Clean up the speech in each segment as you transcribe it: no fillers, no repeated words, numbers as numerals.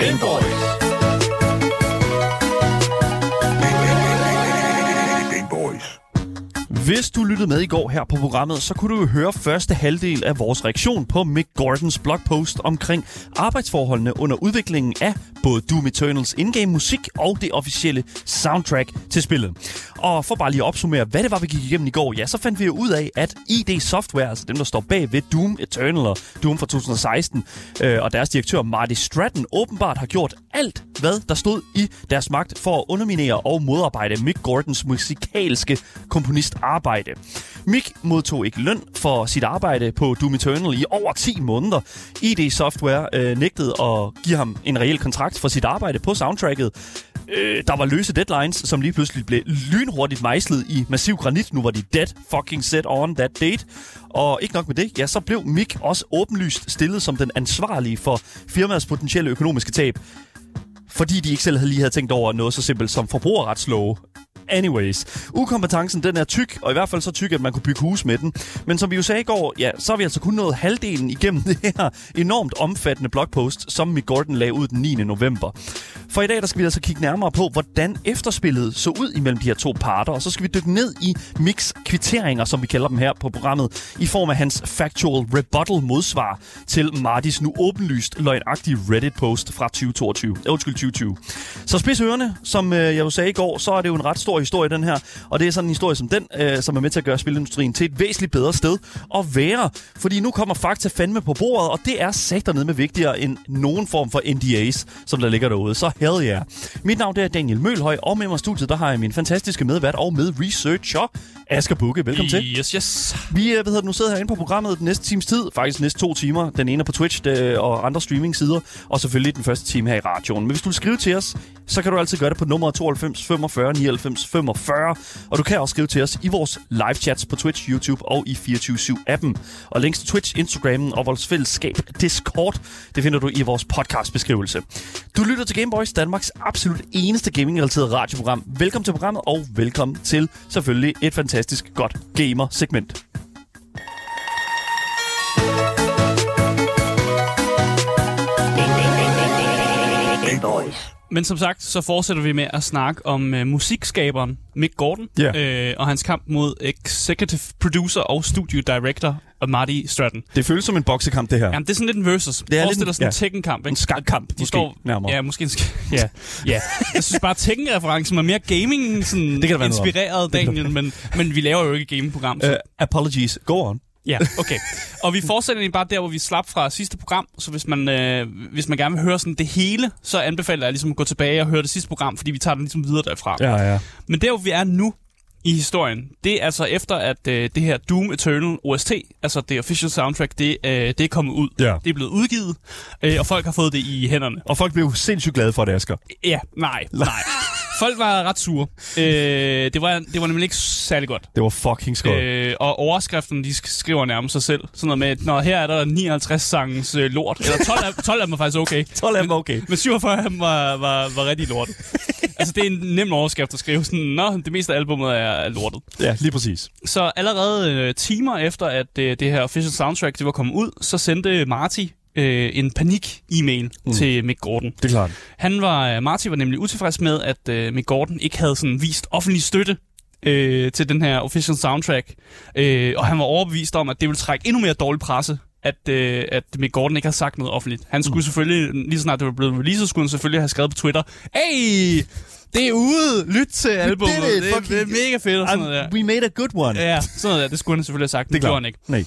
Game Boys. Hvis du lyttede med i går her på programmet, så kunne du jo høre første halvdel af vores reaktion på Mick Gordons blogpost omkring arbejdsforholdene under udviklingen af både Doom Eternals in-game musik og det officielle soundtrack til spillet. Og for bare lige at opsummere, hvad det var, vi gik igennem i går, ja, så fandt vi jo ud af, at ID Software, altså dem, der står bag ved Doom Eternal og Doom fra 2016, og deres direktør Marty Stratton åbenbart har gjort alt, hvad der stod i deres magt for at underminere og modarbejde Mick Gordons musikalske komponistarbejde. Mick modtog ikke løn for sit arbejde på Doom Eternal i over 10 måneder. ID Software nægtede at give ham en reel kontrakt for sit arbejde på soundtracket. Der var løse deadlines, som lige pludselig blev lynhurtigt mejslet i massiv granit. Nu var de dead fucking set on that date. Og ikke nok med det, ja, så blev Mick også åbenlyst stillet som den ansvarlige for firmaets potentielle økonomiske tab. Fordi de ikke selv lige havde tænkt over noget så simpelt som forbrugerretslove. Anyways, ukompetencen den er tyk, og i hvert fald så tyk, at man kunne bygge hus med den. Men som vi jo sagde i går, ja, så har vi altså kun nået halvdelen igennem det her enormt omfattende blogpost, som Mick Gordon lagde ud den 9. november. For i dag der skal vi altså kigge nærmere på, hvordan efterspillet så ud imellem de her to parter, og så skal vi dykke ned i Micks kvitteringer, som vi kalder dem her på programmet, i form af hans factual rebuttal modsvar til Martys nu åbenlyst løgnagtige Reddit-post fra 2020. Så spids ørerne, som jeg jo sagde i går, så er det jo en ret stor historie, den her. Og det er sådan en historie som den, som er med til at gøre spilindustrien til et væsentligt bedre sted at være. Fordi nu kommer fakta fandme på bordet, og det er sægternede med vigtigere end nogen form for NDAs, som der ligger derude. Så hell yeah. Mit navn det er Daniel Mølhøj, og med mig i studiet, der har jeg min fantastiske medvært og medresearcher, Asger Bukke. Velkommen til. Yes. Vi nu sidder herinde på programmet den næste times tid, faktisk næste 2 timer. Den ene på Twitch og andre streaming-sider, og selvfølgelig den første time her i radioen. Men hvis du vil skrive til os, så kan du altid gøre det på nummer 92 45 99 45, og du kan også skrive til os i vores live chats på Twitch, YouTube og i 24/7-appen. Og links til Twitch, Instagram og vores fællesskab Discord, det finder du i vores podcastbeskrivelse. Du lytter til Game Boys, Danmarks absolut eneste gaming-relateret radioprogram. Velkommen til programmet, og velkommen til selvfølgelig et fantastisk godt gamer-segment. Game Boys. Men som sagt, så fortsætter vi med at snakke om musikskaberen Mick Gordon og hans kamp mod executive producer og studio director Marty Stratton. Det føles som en boksekamp, det her. Jamen, det er sådan lidt en versus. Det er Forestil dig sådan en Tekken-kamp, ikke? En skakkamp, måske nærmere. Ja, måske ja. Jeg synes bare, Tekken-referencen er mere gaming sådan inspireret, Daniel, men vi laver jo ikke et gaming-program. Apologies. Go on. Ja, okay. Og vi fortsætter egentlig bare der, hvor vi slap fra sidste program. Så hvis man gerne vil høre sådan det hele, så anbefaler jeg ligesom at gå tilbage og høre det sidste program, fordi vi tager den ligesom videre derfra. Ja. Men der, hvor vi er nu i historien, det er altså efter, at det her Doom Eternal OST, altså det official soundtrack, det er kommet ud. Ja. Det er blevet udgivet, og folk har fået det i hænderne. Og folk blev sindssygt glade for det, Asger. Ja, nej. Folk var ret sure. Det var nemlig ikke særlig godt. Det var fucking skørt. Og overskrifterne, de skriver nærmest sig selv. Sådan noget med, at her er der 59 sangens lort. Eller 12 af dem er faktisk okay. 12 af dem er okay. Men 47 af dem var rigtig lort. Altså, det er en nem overskrift at skrive. Sådan, det meste af albumet er lortet. Ja, lige præcis. Så allerede timer efter, at det her official soundtrack det var kommet ud, så sendte Marty en panik-e-mail til Mick Gordon. Det er klart. Marty var nemlig utilfreds med, at Mick Gordon ikke havde sådan vist offentlig støtte til den her official soundtrack. Og han var overbevist om, at det ville trække endnu mere dårlig presse, at Mick Gordon ikke havde sagt noget offentligt. Han skulle selvfølgelig, lige så snart det var blevet releaset, skulle han selvfølgelig have skrevet på Twitter, hey, det er ude! Lyt til albumet. Det er mega fedt og sådan noget der. We made a good one. Ja, sådan noget der. Det skulle han selvfølgelig have sagt. Det gjorde han ikke. Nej.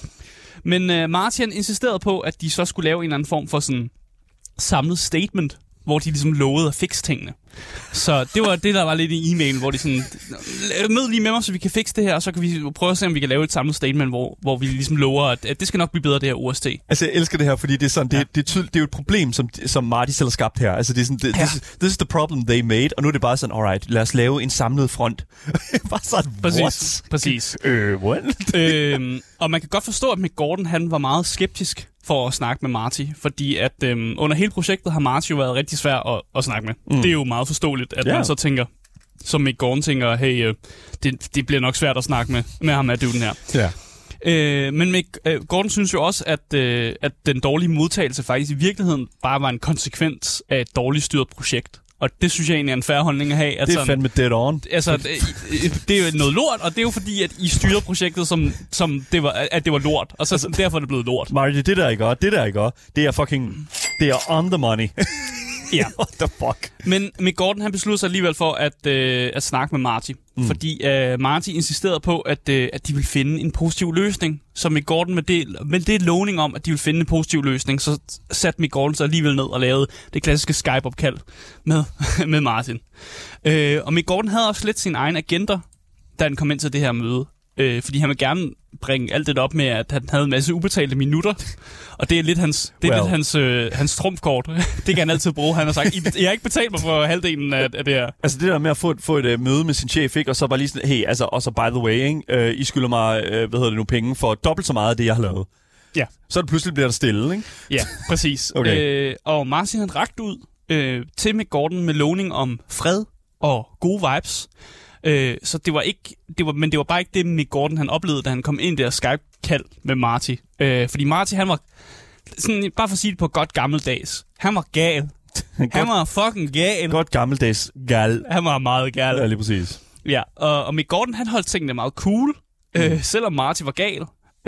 Men Martin insisterede på, at de så skulle lave en eller anden form for sådan samlet statement, hvor de ligesom lovede at fikse tingene. Så det var det, der var lidt i e-mailen, hvor de sådan, mød lige med mig, så vi kan fikse det her, og så kan vi prøve at se, om vi kan lave et samlet statement, hvor vi ligesom lover, at det skal nok blive bedre, det her OST. Altså, jeg elsker det her, fordi det er sådan, det er jo et problem, som Marty selv har skabt her. Altså, det er sådan, this is the problem they made, og nu er det bare sådan, alright, lad os lave en samlet front. Bare sådan, Præcis. What? Og man kan godt forstå, at Mick Gordon, han var meget skeptisk for at snakke med Marty, fordi at under hele projektet har Marty jo været rigtig svær at snakke med. Det er jo meget forståeligt, at man så tænker, som Mick Gordon tænker, hey, det bliver nok svært at snakke med ham af duden her. Men Gordon synes jo også, at den dårlige modtagelse faktisk i virkeligheden bare var en konsekvens af et dårligt styret projekt. Og det synes jeg egentlig er en fair holdning at have. Det er fandme dead on. Altså, det er jo noget lort, og det er jo fordi, at I styrede projektet, som det var lort. Og så derfor er det blevet lort. Marty, det der ikke godt. Det er fucking... Det er on the money. Ja. What the fuck? Men Mick Gordon, han besluttede sig alligevel for at snakke med Marty. Fordi Marty insisterede på, at de ville finde en positiv løsning. Så Mick Gordon med det lovning om, at de ville finde en positiv løsning, så satte Mick Gordon sig alligevel ned og lavede det klassiske Skype-opkald med Martin. Og Mick Gordon havde også lidt sin egen agenda, da han kom ind til det her møde. Fordi han vil gerne bringe alt det op med, at han havde en masse ubetalte minutter. Og det er lidt hans trumfkort. Det kan han altid bruge. Han har sagt, jeg har ikke betalt mig for halvdelen af det her. Altså det der med at få et møde med sin chef, ikke? Og så bare lige sådan, hey, altså, og så by the way, ikke? I skylder mig, penge for dobbelt så meget af det, jeg har lavet. Ja. Så det pludselig bliver der stille, ikke? Ja, præcis. Okay. Og Martin han rakte ud til Mick Gordon med lovning om fred og gode vibes. Så det var bare ikke det, Mick Gordon han oplevede, da han kom ind der Skype-kald med Marty. Fordi Marty, han var, sådan, bare for at sige det på godt gammeldags, han var gal. Han var fucking gal. Godt gammeldags gal. Han var meget gal. Ja, lige præcis. Ja, og Mick Gordon, han holdt tingene meget cool, selvom Marty var gal.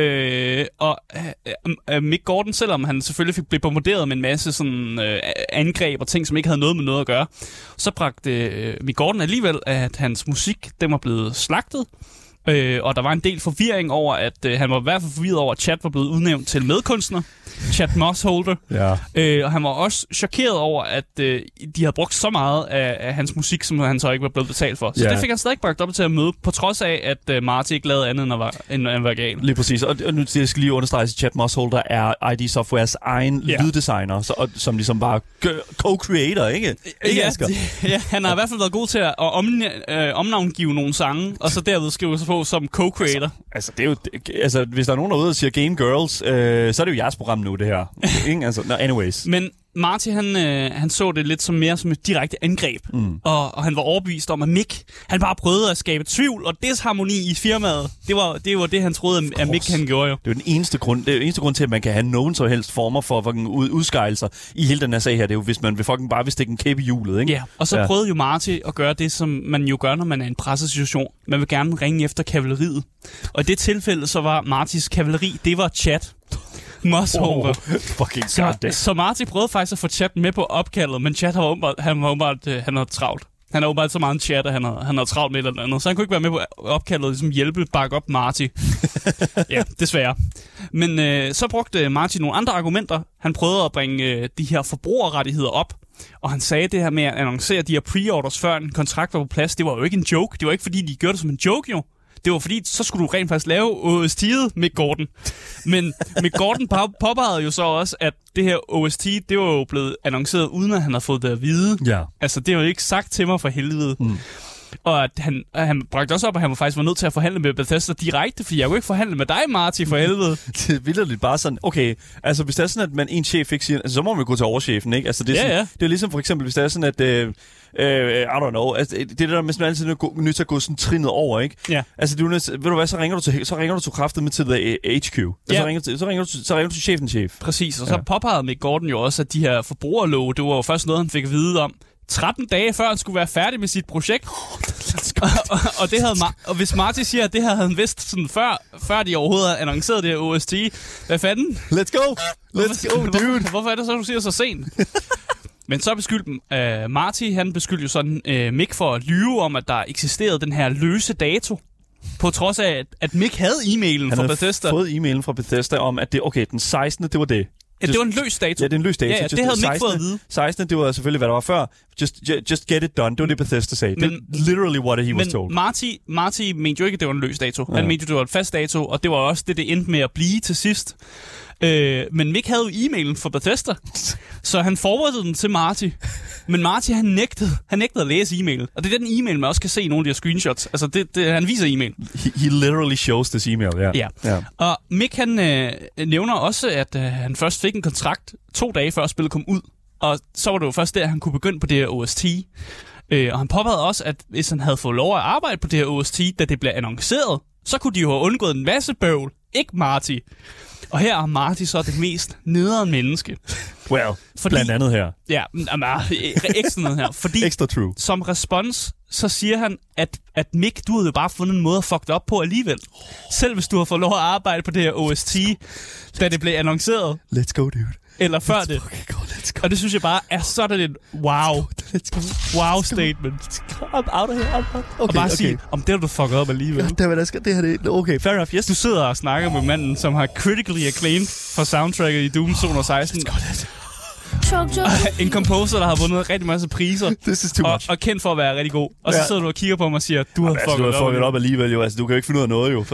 Mick Gordon, selvom han selvfølgelig blev bombarderet med en masse sådan, angreb og ting, som ikke havde noget med noget at gøre, så bragte Mick Gordon alligevel, at hans musik, den var blevet slagtet. Og der var en del forvirring over, at han var i hvert fald forvirret over, at Chad var blevet udnævnt til medkunstner. Chad Mossholder. Ja. Og han var også chokeret over, at de havde brugt så meget af hans musik, som han så ikke var blevet betalt for. Så det fik han stadig bragt op til at møde, på trods af, at Marty ikke lavede andet end at være gal. Lige præcis. Og nu skal jeg lige understrege, at Chad Mossholder er ID Softwares egen lyddesigner, som ligesom bare co-creator, ikke? Ja, han har i hvert fald været god til at omnavngive nogle sange, og så derved skrive sig på som co-creator. Altså, det er jo, hvis der er nogen derude, der siger Game Girls, så er det jo jeres program nu, det her. Ikke? Altså, anyways. Men Marty, han så det lidt mere som et direkte angreb. Og han var overbevist om, at Mick, han bare prøvede at skabe tvivl og disharmoni i firmaet. Det var det, han troede, at Mick han gjorde jo. Det er den eneste grund til, at man kan have nogen så helst former for fucking udskejelser i hele den her sag her. Det er jo, hvis man fucking bare vil stikke en kæppe i hjulet, ikke? Ja, og så prøvede jo Marty at gøre det, som man jo gør, når man er i en pressesituation. Man vil gerne ringe efter kavaleriet. Og i det tilfælde, så var Martys kavaleri, det var Chad Mossholder. Fucking så Marty prøvede faktisk at få Chad med på opkaldet, men Chad han var travlt. Han er åbenbart så meget en chat, at han har travlt med et eller andet. Så han kunne ikke være med på opkaldet, ligesom hjælpe, bakke op Marty. Ja, desværre. Men så brugte Marty nogle andre argumenter. Han prøvede at bringe de her forbrugerrettigheder op. Og han sagde det her med at annoncere de her pre-orders, før en kontrakt var på plads. Det var jo ikke en joke. Det var ikke fordi, de gjorde det som en joke, jo. Det var fordi, så skulle du rent faktisk lave OST'et, Mick Gordon. Men Mick Gordon påpegede jo så også, at det her OST, det var jo blevet annonceret, uden at han havde fået det at vide. Ja. Altså, det er jo ikke sagt til mig for helvede. Og at han bragte også op, at han faktisk var nødt til at forhandle med Bethesda direkte, fordi jeg kunne ikke forhandle med dig, Marty, for helvede. Det er vildt bare sådan, okay, altså hvis det er sådan, at en chef ikke siger, altså, så må man gå til overchefen, ikke? Altså, det er, sådan, det er ligesom for eksempel, hvis det er sådan, at I don't know, altså, det der med, at man altid er nødt til at gå sådan trinnet over, ikke? Ja. Altså, ved du hvad, så ringer du til kraftet med til HQ. Ja. Så ringer du til chef. Præcis, og så påpegede Mick Gordon jo også, at de her forbrugerlove, det var jo først noget, han fik at vide om 13 dage før han skulle være færdig med sit projekt. Og det havde og hvis Marty siger, at det her havde han vidst sådan før de overhovedet havde annonceret det her OST, hvad fanden? Let's go, dude. Hvorfor er det så, du siger så sent? Men så beskyldte Marty, han beskyldte jo sådan Mick for at lyve om, at der eksisterede den her løse dato. På trods af, at Mick havde e-mailen fra Bethesda. Han havde fået e-mailen fra Bethesda om, at den 16. det var det. Ja, det var en løs dato. Ja, det er en løs dato. Ja, det havde Mick fået at vide. 16. det var selvfølgelig, hvad der var før. Just get it done. Det var det, Bethesda sagde. Det er literally what he was told. Marty mente jo ikke, at det var en løs dato. Ja. Han mente jo, det var en fast dato, og det var også det endte med at blive til sidst. Men Mick havde jo e-mailen fra Bethesda, så han forwardede den til Marty. Men Marty, han nægtede at læse e-mailen. Og det er den e-mail, man også kan se i nogle af de her screenshots. Altså, han viser e-mail. He literally shows this email, ja. Og Mick, han nævner også, at han først fik en kontrakt 2 dage før spillet kom ud. Og så var det jo først der, han kunne begynde på det her OST. Og han påpegede også, at hvis han havde fået lov at arbejde på det her OST, da det blev annonceret, så kunne de jo have undgået en masse bøvl ikke Marty. Og her er Marty så det mest nederen menneske. Well, fordi, blandt andet her. Ja, ekstra noget her. Fordi Extra true. Som respons, så siger han, at Mick, du havde jo bare fundet en måde at fuck det op på alligevel. Selv hvis du har fået lov at arbejde på det her OST, da det blev annonceret. Let's go, dude. Eller før det. Let's go. Og det synes jeg bare er sådan et wow statement. I'm out of here. Okay, og bare sige, om det har du fucket op alligevel. Det her det. Okay, fair enough. Yes. Du sidder og snakker med manden, som har critically acclaimed for soundtracket i Doom 2016. En composer, der har vundet rigtig masse priser. This is too much. Og kendt for at være rigtig god. Og så sidder du og kigger på mig og siger, du har fucket op alligevel. Jo. Altså, du kan jo ikke finde ud af noget, jo.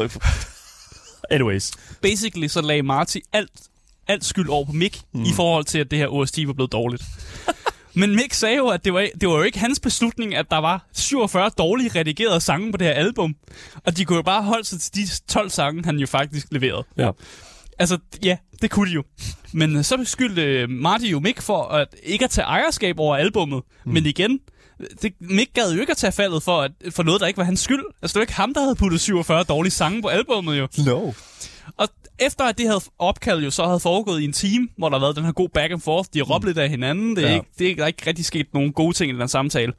Anyways. Basically, så lagde Marty alt skyld over på Mick, i forhold til, at det her OST var blevet dårligt. Men Mick sagde jo, at det var jo ikke hans beslutning, at der var 47 dårlige redigerede sange på det her album. Og de kunne jo bare holde sig til de 12 sange, han jo faktisk leverede. Ja. Altså, ja, det kunne de jo. Men så beskyldte Marty jo Mick for at ikke at tage ejerskab over albummet. Men igen, Mick gad jo ikke at tage faldet for noget, der ikke var hans skyld. Altså, det var ikke ham, der havde puttet 47 dårlige sange på albummet jo. No. Og efter at det havde opkaldt jo så havde foregået i en team, hvor der havde været den her god back and forth, de har råbt lidt af hinanden, der er ikke rigtig sket nogen gode ting i den samtale,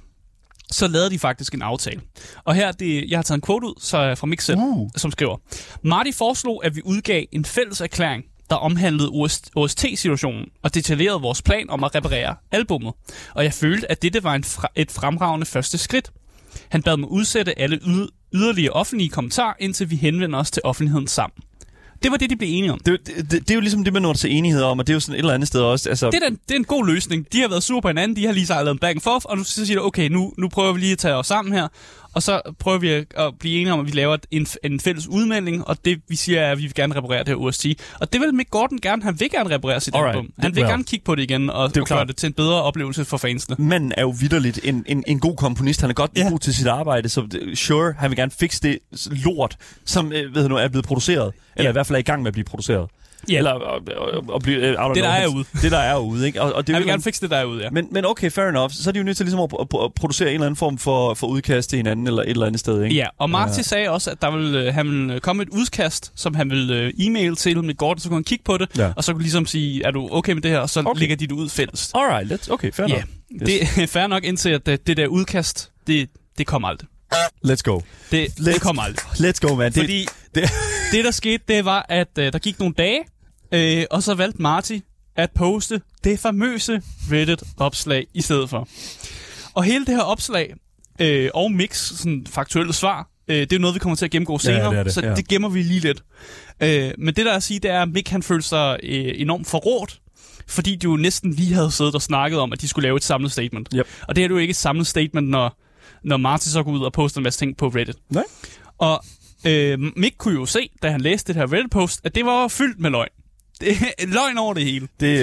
så lavede de faktisk en aftale. Og her, jeg har taget en quote ud så fra Mick selv, som skriver, Marty foreslog, at vi udgav en fælles erklæring, der omhandlede OST-situationen og detaljerede vores plan om at reparere albummet. Og jeg følte, at dette var et fremragende første skridt. Han bad mig udsætte alle yderligere offentlige kommentarer, indtil vi henvender os til offentligheden sammen. Det var det, de blev enige om. Det er jo ligesom det, man når til enighed om, og det er jo sådan et eller andet sted også. Altså... Det er en god løsning. De har været super på hinanden, de har lige sejlet en back and forth, og nu siger de, okay, nu prøver vi lige at tage os sammen her, og så prøver vi at blive enige om, at vi laver en fælles udmelding, og det vi siger er, at vi vil gerne reparere det her OST. Og det vil Mick Gordon gerne. Han vil gerne reparere sit album. Han vil gerne kigge på det igen og gøre det til en bedre oplevelse for fansene. Manden er jo vitterligt en god komponist. Han er godt god til sit arbejde, så sure, han vil gerne fikse det lort, som er blevet produceret. Eller i hvert fald er i gang med at blive produceret. Ja. Eller at blive... det, der er ude. Det, der er ude, ikke? Og det jeg vil gerne fikse det, der er ude, ja. Men okay, fair enough. Så er de jo nødt til ligesom at producere en eller anden form for udkast til hinanden, eller et eller andet sted, ikke? Ja, og Marty sagde også, at han ville komme et udkast, som han ville e-mail til med Gordon, så kunne han kigge på det, og så kunne ligesom sige, er du okay med det her, og så lægger de det ud fælles. Alright, okay, fair nok. Det er fair nok, indtil at det der udkast, det kommer aldrig. Let's go. Det kommer aldrig. Let's go, man. Fordi det der skete, det var, at der gik nogle dage, og så valgte Marty at poste det famøse Reddit-opslag i stedet for. Og hele det her opslag, og Micks sådan faktuelle svar, det er jo noget, vi kommer til at gennemgå senere, så det gemmer vi lige lidt. Men det der at sige, det er, at Mick han følte sig enormt forrådt, fordi de jo næsten lige havde siddet og snakket om, at de skulle lave et samlet statement. Yep. Og det er jo ikke et samlet statement, når Marty så går ud og poster en masse ting på Reddit. Nej. Og Mick kunne jo se, da han læste det her Reddit-post, at det var fyldt med løgn. Det er løgn over det hele. Det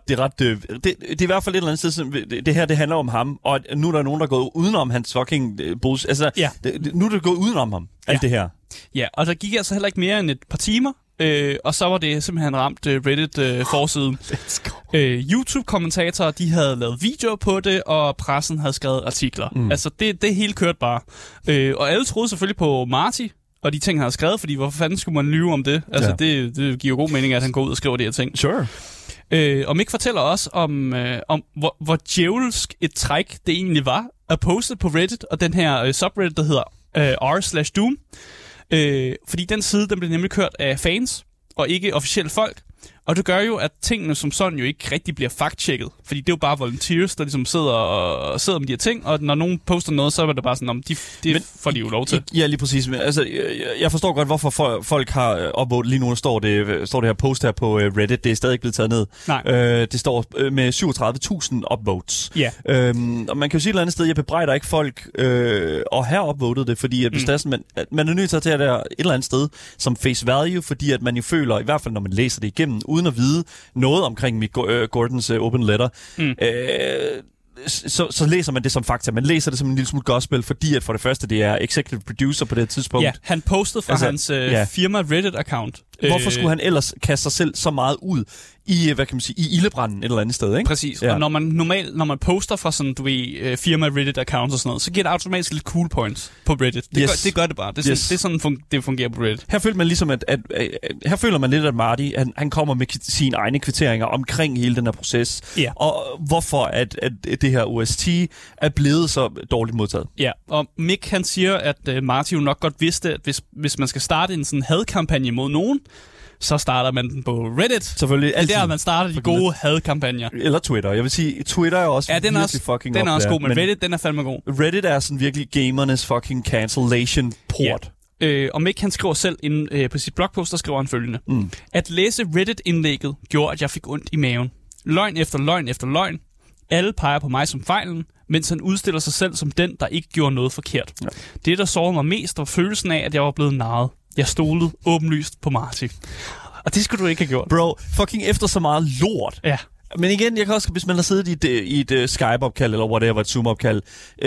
er i hvert fald et eller andet sted, som det her, det handler om ham, og nu er der nogen, der er gået udenom hans fucking bullshit. Altså, nu er det gået udenom ham, alt det her. Ja, og der gik altså heller ikke mere end et par timer, og så var det simpelthen ramt Reddit-forsiden. YouTube-kommentatorer, de havde lavet videoer på det, og pressen havde skrevet artikler. Altså, det hele kørte bare. Og alle troede selvfølgelig på Marty, og de ting, han havde skrevet, fordi hvorfor fanden skulle man lyve om det? Altså, det giver jo god mening, at han går ud og skriver de her ting. Sure. Og Mick fortæller også om hvor djævelsk et træk det egentlig var at poste på Reddit, og den her subreddit, der hedder r/Doom. Fordi den side, den blev nemlig kørt af fans, og ikke officielle folk. Og det gør jo, at tingene som sådan jo ikke rigtig bliver fact-checket. Fordi det er jo bare volunteers, der ligesom sidder med de her ting, og når nogen poster noget, så er det bare sådan, om det får de jo lov til. Ja, lige præcis. Men, altså, jeg forstår godt, hvorfor folk har upvotet. Lige nu står det her post her på Reddit. Det er stadig ikke blevet taget ned. Nej. Det står med 37.000 upvotes. Ja. Og man kan jo sige et eller andet sted, jeg bebrejder ikke folk at have upvotet det, fordi at hvis det er sådan, man er nødt til at tage det et eller andet sted som face value, fordi at man jo føler, i hvert fald når man læser det igennem, uden at vide noget omkring Mick Gordons open letter, så læser man det som fakta. Man læser det som en lille smule gospel, fordi at for det første, det er executive producer på det tidspunkt. Ja, han postede fra hans firma Reddit-account. Hvorfor skulle han ellers kaste sig selv så meget ud i, hvad kan man sige, i ildebranden et eller andet sted, ikke? Præcis. Ja. Og når man poster fra sådan, du ved, firma Reddit-accounts og sådan noget, så giver det automatisk lidt cool points på Reddit. Det gør det bare. Det er sådan, det fungerer på Reddit. Her føler man ligesom, her føler man lidt, at Marty, han kommer med sine egne kvitteringer omkring hele den her proces. Ja. Og hvorfor at det her OST er blevet så dårligt modtaget. Ja, og Mick han siger, at Marty jo nok godt vidste, at hvis man skal starte en sådan hadkampagne mod nogen, så starter man den på Reddit. Selvfølgelig. Det er der, man starter de gode hadkampagner. Eller Twitter. Jeg vil sige, Twitter er også virkelig fucking den er også god, men Reddit, den er fandme god. Reddit er sådan virkelig gamernes fucking cancellation-port. Ja. Og Mick han skriver selv på sit blogpost, der skriver han følgende. At læse Reddit-indlægget gjorde, at jeg fik ondt i maven. Løgn efter løgn efter løgn. Alle peger på mig som fejlen, mens han udstiller sig selv som den, der ikke gjorde noget forkert. Ja. Det, der sårede mig mest, var følelsen af, at jeg var blevet narret. Jeg stolede åbenlyst på Marty. Og det skulle du ikke have gjort. Bro, fucking efter så meget lort. Ja. Men igen, jeg kan også, hvis man har siddet i et Skype-opkald, eller whatever, et Zoom-opkald,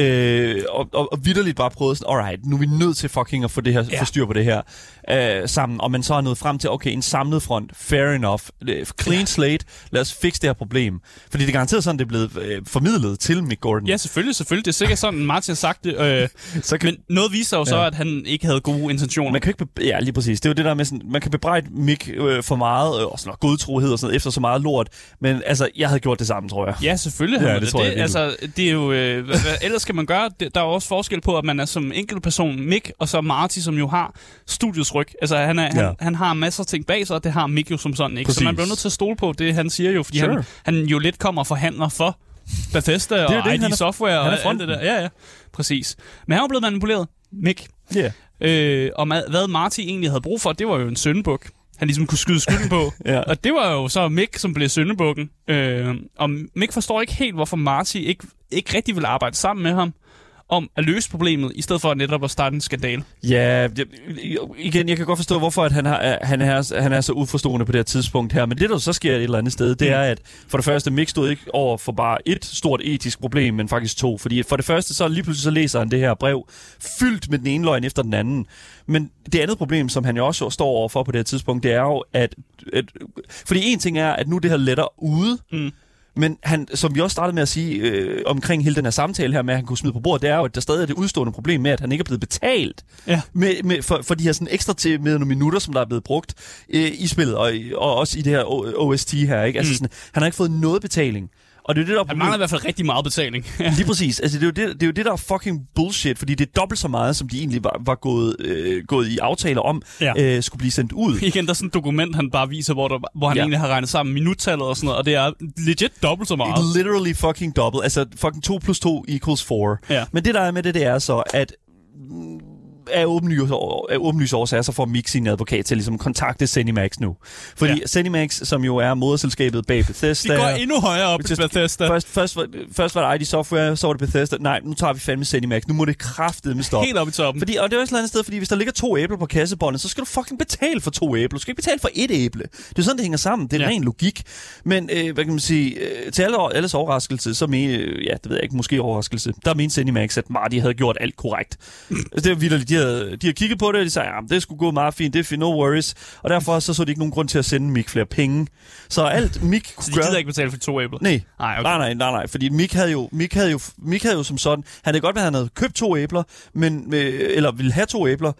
og vitterligt bare prøvet sådan, alright, nu er vi nødt til fucking at få det her, få styr på det her sammen, og man så er nået frem til, okay, en samlet front, fair enough, clean slate, lad os fikse det her problem. Fordi det er garanteret sådan, det er blevet formidlet til Mick Gordon. Ja, selvfølgelig. Det er sikkert sådan, Marty har sagt det, men noget viser jo så, at han ikke havde gode intentioner. Man kan ikke ja, lige præcis. Det er jo det der med sådan, man kan bebrejde Mick for meget, og sådan noget godtrohed og sådan noget, efter så meget lort, men altså, jeg havde gjort det samme, tror jeg. Ja, selvfølgelig. Ja, det tror jeg. Altså, det er jo... hvad ellers skal man gøre? Der er også forskel på, at man er som enkelt person Mick, og så Marty, som jo har studiets ryg. Altså, han har masser af ting bag sig, og det har Mick jo som sådan, ikke? Præcis. Så man bliver nødt til at stole på det, han siger jo, fordi han jo lidt kommer og forhandler for Bethesda og ID Software og alt det der. Ja, præcis. Men han var blevet manipuleret. Mick. Og hvad Marty egentlig havde brug for, det var jo en syndebuk. Han ligesom kunne skyde skylden på. Og det var jo så Mick, som blev syndebukken. Og Mick forstår ikke helt, hvorfor Marty ikke rigtig vil arbejde sammen med ham om at løse problemet, i stedet for netop at starte en skandale. Ja, igen, jeg kan godt forstå, hvorfor at han er så uforstående på det her tidspunkt her, men det, der så sker et eller andet sted, det er, at for det første, Mick stod ikke over for bare et stort etisk problem, men faktisk to. Fordi for det første, så lige pludselig så læser han det her brev, fyldt med den ene løgn efter den anden. Men det andet problem, som han jo også står overfor på det her tidspunkt, det er jo, at fordi en ting er, at nu det her letter ude, men han, som vi også startede med at sige omkring hele den her samtale her med, at han kunne smide på bordet, det er jo, at der stadig er det udstående problem med, at han ikke er blevet betalt for de her sådan ekstra med nogle minutter, som der er blevet brugt i spillet, og også i det her OST her, ikke? Altså sådan, han har ikke fået noget betaling. Og det er det, der han mangler i hvert fald rigtig meget betaling. Lige præcis. Altså, det er jo det, der er fucking bullshit, fordi det er dobbelt så meget, som de egentlig var gået i aftaler om, skulle blive sendt ud. Igen, der er sådan et dokument, han bare viser, hvor han egentlig har regnet sammen minuttallet og sådan noget, og det er legit dobbelt så meget. It's literally fucking double. Altså, fucking 2 + 2 = 4. Ja. Men det, der er med det er så, at af åbenlyse årsager, så får Mick sin advokat til ligesom kontakte ZeniMax nu. Fordi ZeniMax, som jo er moderselskabet bag Bethesda... De går endnu højere op til Bethesda. Først var det ID Software, så var det Bethesda. Nej, nu tager vi fandme ZeniMax. Nu må det kraftedeme stoppe. Helt op i toppen. Og det er også et eller andet sted, fordi hvis der ligger 2 æbler på kassebåndet, så skal du fucking betale for 2 æbler. Du skal ikke betale for 1 æble. Det er sådan, det hænger sammen. Det er ren logik. Men, hvad kan man sige, til alles overraskelse, så det ved jeg ikke, måske overraskelse, der mente ZeniMax, at Marty havde gjort alt korrekt. Det er vildt. De har kigget på det, og de sagde, det skulle gå meget fint, det er fint, no worries. Og derfor så de ikke nogen grund til at sende Mick flere penge. Så alt Mick kunne gøre... Så de gider ikke betale for 2 æbler? Nej, fordi Mick havde jo som sådan... Han havde godt været, at han havde købt 2 æbler, eller ville have 2 æbler.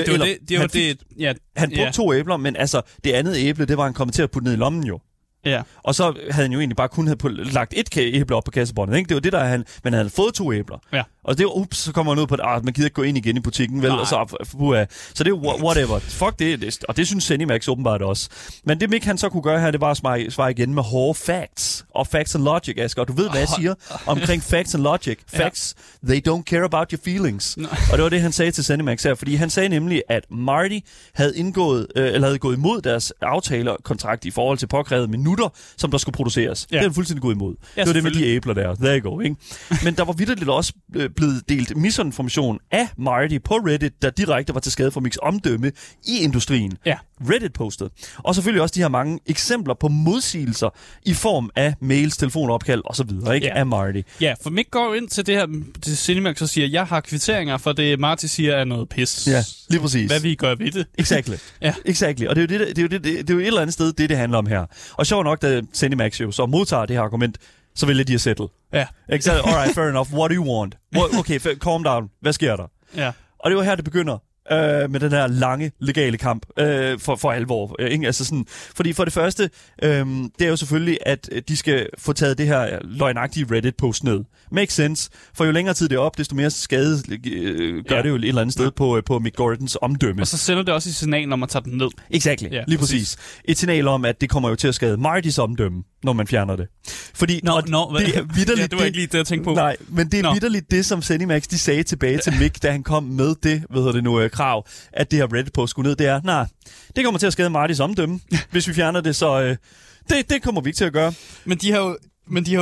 Han brugte 2 æbler, men altså, det andet æble, det var han kommet til at putte ned i lommen jo. Ja. Og så havde han jo egentlig bare kun lagt 1 æble op på kassebåndet, ikke? Det var det, der men han havde fået 2 æbler. Ja. Og det var, så kommer man ud på, at man gider ikke gå ind igen i butikken, vel? Og så det er whatever. Fuck det, og det synes ZeniMax åbenbart også. Men det Mick han så kunne gøre her, det var at svare igen med hårde facts. Og facts and logic, Asger. Og du ved, hvad jeg siger omkring facts and logic. Facts, they don't care about your feelings. Og det var det, han sagde til ZeniMax her. Fordi han sagde nemlig, at Marty havde gået imod deres aftalekontrakt i forhold til påkrævede minutter, som der skulle produceres. Det havde fuldstændig gået imod. Det var det med de æbler der. There you go, ikke? Men der var vitterligt også blevet delt misinformation af Marty på Reddit, der direkte var til skade for Micks omdømme i industrien. Ja. Reddit-postet. Og selvfølgelig også de her mange eksempler på modsigelser i form af mails, telefonopkald osv. Af Marty. Ja, for Mick går ind til det her til Cinemax og siger, jeg har kvitteringer for det, Marty siger er noget pis. Ja, lige præcis. Hvad vi gør ved det. Exactly. Og det er jo et eller andet sted, det handler om her. Og sjovt nok, da Cinemax jo så modtager det her argument, så vælger de at settle. Ja. Exactly. Alright, fair enough. What do you want? Okay, calm down. Hvad sker der? Ja. Og det var her, det begynder. Med den her lange, legale kamp for alvor. Ikke? Altså sådan, fordi for det første, det er jo selvfølgelig, at de skal få taget det her løgnagtige Reddit-post ned. Makes sense. For jo længere tid det er op, desto mere skade gør det jo et eller andet sted på Mick Gordons omdømme. Og så sender det også et signal, når man tager den ned. Exactly, lige præcis. Et signal om, at det kommer jo til at skade Martys omdømme, når man fjerner det. Fordi det er vitterligt, det var ikke lige det, jeg tænkte på. Nej, men det er vitterligt det, som ZeniMax de sagde tilbage til Mick, da han kom med det, krav, at det her Reddit-post skulle ned. Det er, det kommer til at skade Martys omdømme, hvis vi fjerner det, så det kommer vi ikke til at gøre. Men de har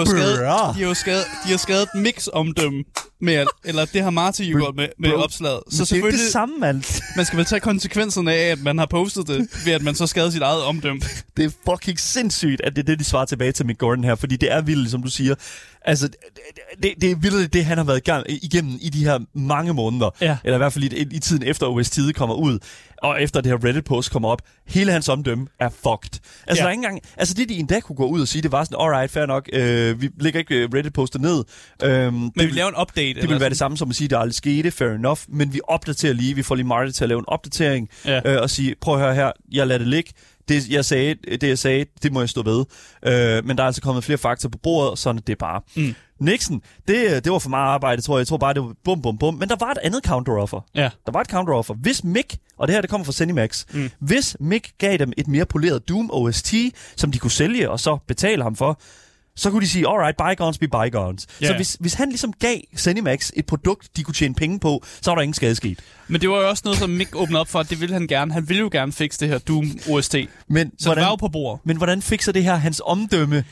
jo skadet Micks omdømme med, eller det har Marty jo gjort med opslaget. Så det er det samme, mand. Man skal vel tage konsekvenserne af, at man har postet det, ved at man så skader sit eget omdømme. Det er fucking sindssygt, at det er det, de svarer tilbage til Mick Gordon her, fordi det er vildt, som du siger. Altså, det er vildt, det han har været igennem i de her mange måneder. Ja. Eller i hvert fald i tiden efter OS-tid kommer ud. Og efter det her Reddit-post kommer op. Hele hans omdømme er fucked. Altså, der er ikke engang... Altså, det de endda kunne gå ud og sige, det var sådan, alright, fair nok, vi lægger ikke Reddit-postet ned. Men vi laver en update. Det vil være det samme som at sige, der aldrig skete, fair enough. Men vi opdaterer lige, vi får lige Marty til at lave en opdatering. Og sige, prøv at høre her, jeg lader det ligge. Det jeg sagde, det må jeg stå ved. Men der er altså kommet flere fakta på bordet, og sådan det er bare. Nixon, det var for meget arbejde, tror jeg. Jeg tror bare, det var bum, bum, bum. Men der var et andet counteroffer. Ja. Der var et counteroffer. Hvis Mick, og det her det kommer fra ZeniMax, hvis Mick gav dem et mere poleret Doom OST, som de kunne sælge og så betale ham for, så kunne de sige, alright, bygones be bygones. Yeah. Så hvis han ligesom gav ZeniMax et produkt, de kunne tjene penge på, så var der ingen skade sket. Men det var jo også noget, som Mick åbnede op for, at det ville han gerne. Han ville jo gerne fikse det her Doom OST. Så det var jo på bord. Men hvordan fikser det her hans omdømme?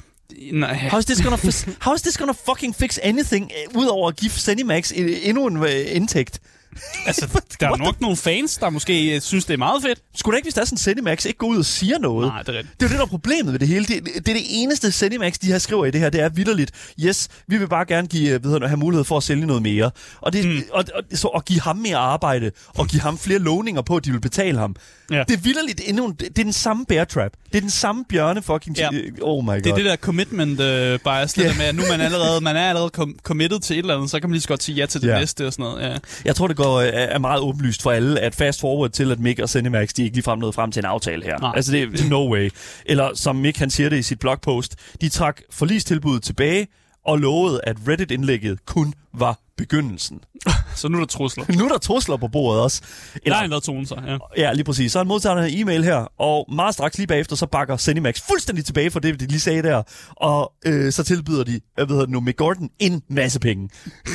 Nej. How is this gonna fucking fix anything, udover at give ZeniMax endnu en indtægt? Altså, der er nok nogle fans, der måske synes, det er meget fedt. Skulle da ikke, hvis der er sådan ZeniMax, ikke gå ud og siger noget? Nej, det er rigtigt. Det er jo det, der er problemet ved det hele. Det er det eneste ZeniMax, de her skriver i det her, det er vitterligt. Yes, vi vil bare gerne have mulighed for at sælge noget mere. Og, og give ham mere arbejde, og give ham flere lovninger på, at de vil betale ham. Ja. Det er vitterligt det er den samme bear trap. Det er den samme bjørne fucking... Ja. Oh my god. Det er det der commitment bias, det der med, at nu man er allerede committed til et eller andet, så kan man lige så godt sige ja til det næste og sådan noget. Ja. Jeg tror, det er meget åbenlyst for alle, at fast forward til, at Mick og ZeniMax, de ikke ligefrem nåede frem til en aftale her. Nej. Altså, det er no way. Eller som Mick, han siger det i sit blogpost, de trak forlistilbuddet tilbage og lovede, at Reddit-indlægget kun var begyndelsen. Så nu er der trusler. Nu er der trusler på bordet også. Der er noget tone sig, ja. Ja, lige præcis. Så han modtager den her e-mail her, og meget straks lige bagefter, så bakker ZeniMax fuldstændig tilbage for det, de lige sagde der. Og så tilbyder de, Mick Gordon en masse penge.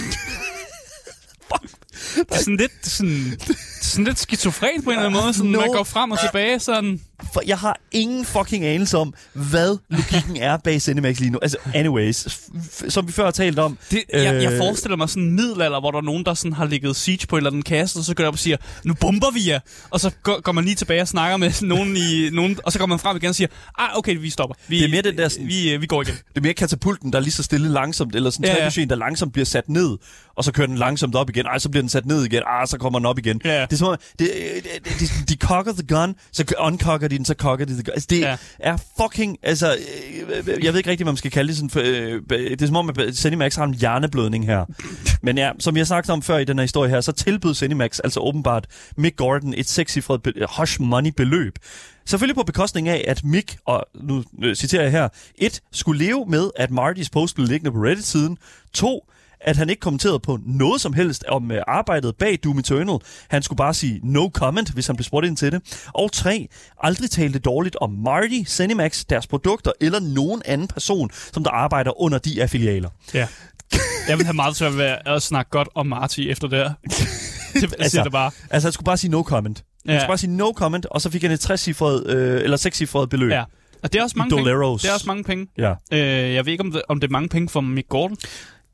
Det er sådan lidt skizofren på en eller anden måde, sådan man går frem og tilbage sådan. For jeg har ingen fucking anelse om, hvad logikken er bag ZeniMax lige nu. Altså, anyways, som vi før har talt om. Jeg forestiller mig sådan en middelalder, hvor der er nogen, der sådan har ligget siege på en eller anden kasse, og så går der op og siger, nu bomber vi jer. Og så går man lige tilbage og snakker med nogen, og så går man frem igen og siger, okay, vi stopper. Det er mere den der sådan, vi går igen. Det er mere katapulten, der lige så stille langsomt, eller sådan en træmaskine, der langsomt bliver sat ned, og så kører den langsomt op igen. Så bliver den sat ned igen. Så kommer den op igen. Ja. Det er som om, de cocker the gun, så uncocker de den, så cocker de the gun. Altså, det er fucking, altså, jeg ved ikke rigtig, hvad man skal kalde det. Sådan, det er som om, at ZeniMax har en hjerneblødning her. Men ja, som jeg sagt om før i den her historie her, så tilbød ZeniMax altså åbenbart Mick Gordon et sekscifret hush money beløb. Selvfølgelig på bekostning af, at Mick, og nu citerer jeg her, 1. skulle leve med, at Martys post blev liggende på Reddit-siden. 2. at han ikke kommenterede på noget som helst om arbejdet bag Doom Eternal. Han skulle bare sige no comment, hvis han blev spurgt ind til det. Og 3. aldrig talte dårligt om Marty, ZeniMax, deres produkter eller nogen anden person, som der arbejder under de affilialer. Ja. Jeg vil have meget svært ved at snakke godt om Marty efter det her. Det bare. Altså, han skulle bare sige no comment. Han skulle bare sige no comment, og så fik han et 6-cifret beløb. Ja. Og det er også mange penge. Det er også mange penge. Ja. Jeg ved ikke, om det er mange penge for Mick Gordon.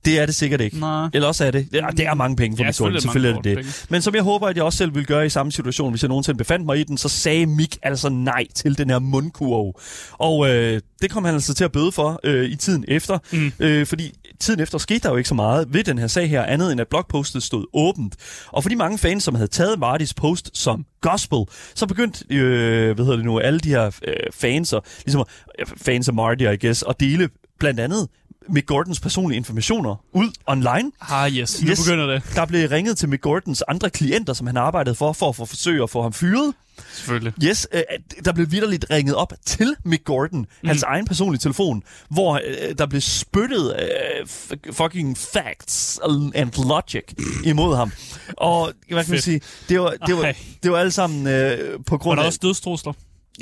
Det er det sikkert ikke. Nej. Eller også er det. Det er mange penge for Mick Gordon, selvfølgelig er det det. Men som jeg håber, at jeg også selv vil gøre i samme situation, hvis jeg nogensinde befandt mig i den, så sagde Mick altså nej til den her mundkurv. Og det kom han altså til at bøde for i tiden efter. Fordi tiden efter skete der jo ikke så meget ved den her sag her, andet end at blogpostet stod åbent. Og for de mange fans, som havde taget Martys post som gospel, så begyndte alle de her fans, og ligesom fans af Marty, I guess, at dele blandt andet Mick Gordons personlige informationer ud online. Yes, nu begynder det. Der blev ringet til Mick Gordons andre klienter, som han arbejdede for at forsøge at få ham fyret. Selvfølgelig. Yes, der blev vitterligt ringet op til Mick Gordon, hans egen personlige telefon, hvor der blev spyttet fucking facts and logic imod ham. Og hvad kan man sige, det var alle sammen på grund af... Var der også dødstrusler?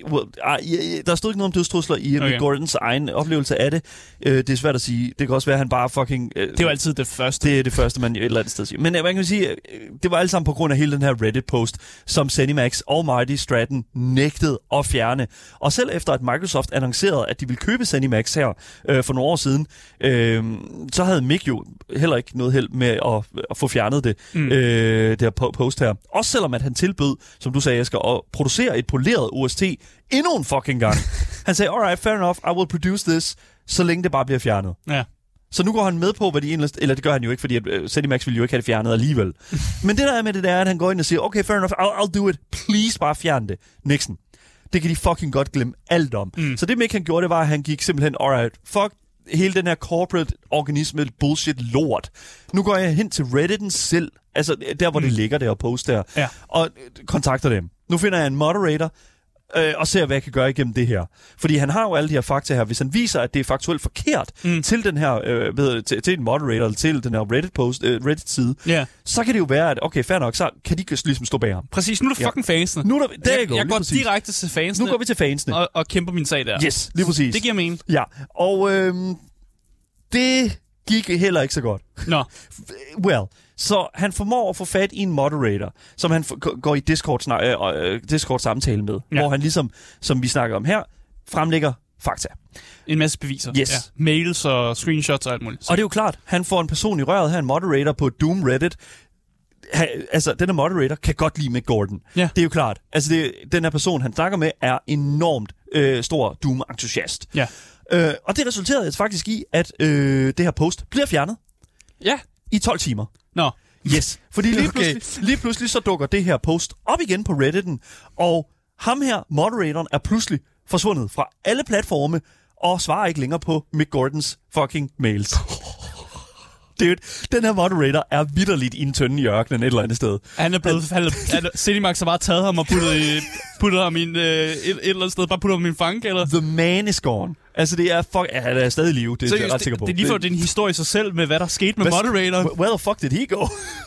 Der stod ikke noget om dødstrusler i Mick Gordons egen oplevelse af det. Det er svært at sige. Det kan også være, at han bare fucking... det var altid det første. Det er det første, man et eller andet sted siger. Men man kan sige, det var alt sammen på grund af hele den her Reddit-post, som ZeniMax og Marty Stratton nægtede at fjerne. Og selv efter, at Microsoft annoncerede, at de ville købe ZeniMax her for nogle år siden, så havde Mick jo heller ikke noget held med at få fjernet det, det her post her. Også selvom at han tilbød, som du sagde, Asger, at producere et poleret OST endnu en fucking gang. Han sagde, alright, fair enough, I will produce this, så længe det bare bliver fjernet. Ja. Så nu går han med på, hvad de egentlig... Eller det gør han jo ikke, fordi ZeniMax ville jo ikke have det fjernet alligevel. Men det der er med det, der er, at han går ind og siger, okay, fair enough, I'll do it. Please, bare fjern det. Nixon. Det kan de fucking godt glemme alt om. Så det Mick han gjorde, det var, at han gik simpelthen, alright, fuck hele den her corporate organisme bullshit lort. Nu går jeg hen til Reddit'en selv, altså der, hvor det ligger der og poster der, og kontakter dem. Nu finder jeg en moderator, og ser, hvad jeg kan gøre igennem det her. Fordi han har jo alle de her fakta her. Hvis han viser, at det er faktuelt forkert til den her, til en moderator, eller til den her Reddit-side, så kan det jo være, at okay, fair nok, så kan de ligesom stå bag ham. Præcis, nu er der fucking fansene. Nu er der, jeg går direkte til fansene. Nu går vi til fansene. Og kæmper min sag der. Yes, lige præcis. Det giver mening. Ja, og det gik heller ikke så godt. Nå. Well, så han formår at få fat i en moderator, som han går i Discord-samtale med, hvor han ligesom, som vi snakker om her, fremlægger fakta. En masse beviser. Yes. Ja. Mails og screenshots og alt muligt. Og det er jo klart, han får en person i røret her, en moderator på Doom Reddit. Altså, den her moderator kan godt lide Mick Gordon. Ja. Det er jo klart. Altså, den her person, han snakker med, er enormt stor Doom-entusiast. Ja. Og det resulterede faktisk i, at det her post bliver fjernet. Ja. I 12 timer. Nå. Yes, fordi lige pludselig så dukker det her post op igen på Reddit'en, og ham her, moderatoren, er pludselig forsvundet fra alle platforme, og svarer ikke længere på Mick Gordons fucking mails. Dude, den her moderator er vitterligt i en tønde i ørkenen et eller andet sted. Han er blevet... ZeniMax har bare taget ham og puttet ham i et eller andet sted. Bare puttet ham i en fangekælder. The man is gone. Altså, det er han er stadig i live, det er jeg ret sikker på. Det er lige for en historie i sig selv med, hvad der skete med moderatoren. Where the fuck did he go?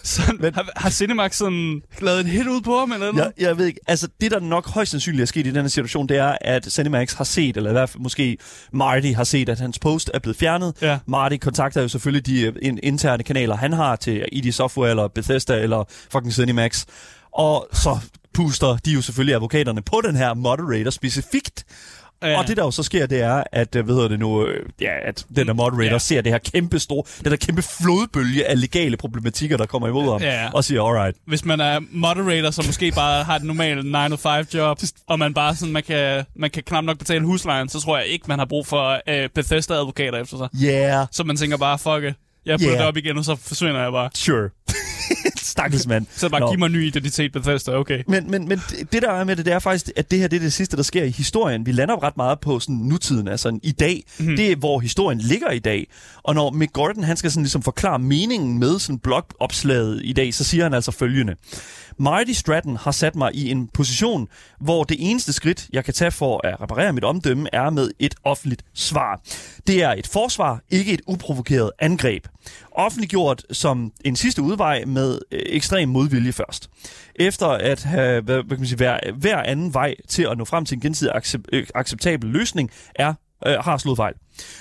Har ZeniMax sådan lavet en hit ud på ham, eller noget? Jeg ved ikke. Altså, det der nok højst sandsynligt er sket i den her situation, det er, at ZeniMax har set, eller i hvert fald måske Marty har set, at hans post er blevet fjernet. Ja. Marty kontakter jo selvfølgelig de interne kanaler, han har til ID Software, eller Bethesda, eller fucking ZeniMax. Og så puster de jo selvfølgelig advokaterne på den her moderator specifikt. Ja. Og det der jo så sker, det er, at at den der moderator ser det her kæmpe flodbølge af legale problematikker, der kommer imod ham, og siger, alright. Hvis man er moderator, som måske bare har et normalt 9-to-5-job, og man bare sådan, man kan knap nok betale huslejen, så tror jeg ikke, man har brug for Bethesda-advokater efter sig. Yeah. Så man tænker bare, fuck it. Jeg putter det op igen, og så forsvinder jeg bare. Sure. Stakkels mand. Så bare giv mig ny identitet, Bethesda, okay. Men det der er med det er faktisk, at det her det er det sidste, der sker i historien. Vi lander ret meget på sådan nutiden, altså i dag. Mm-hmm. Det er, hvor historien ligger i dag. Og når Mick Gordon, han skal sådan ligesom forklare meningen med sådan blogopslaget i dag, så siger han altså følgende. Marty Stratton har sat mig i en position, hvor det eneste skridt, jeg kan tage for at reparere mit omdømme, er med et offentligt svar. Det er et forsvar, ikke et uprovokeret angreb. Offentliggjort som en sidste udvej med ekstrem modvilje først. Efter at have hver anden vej til at nå frem til en gensidig acceptabel løsning har slået fejl.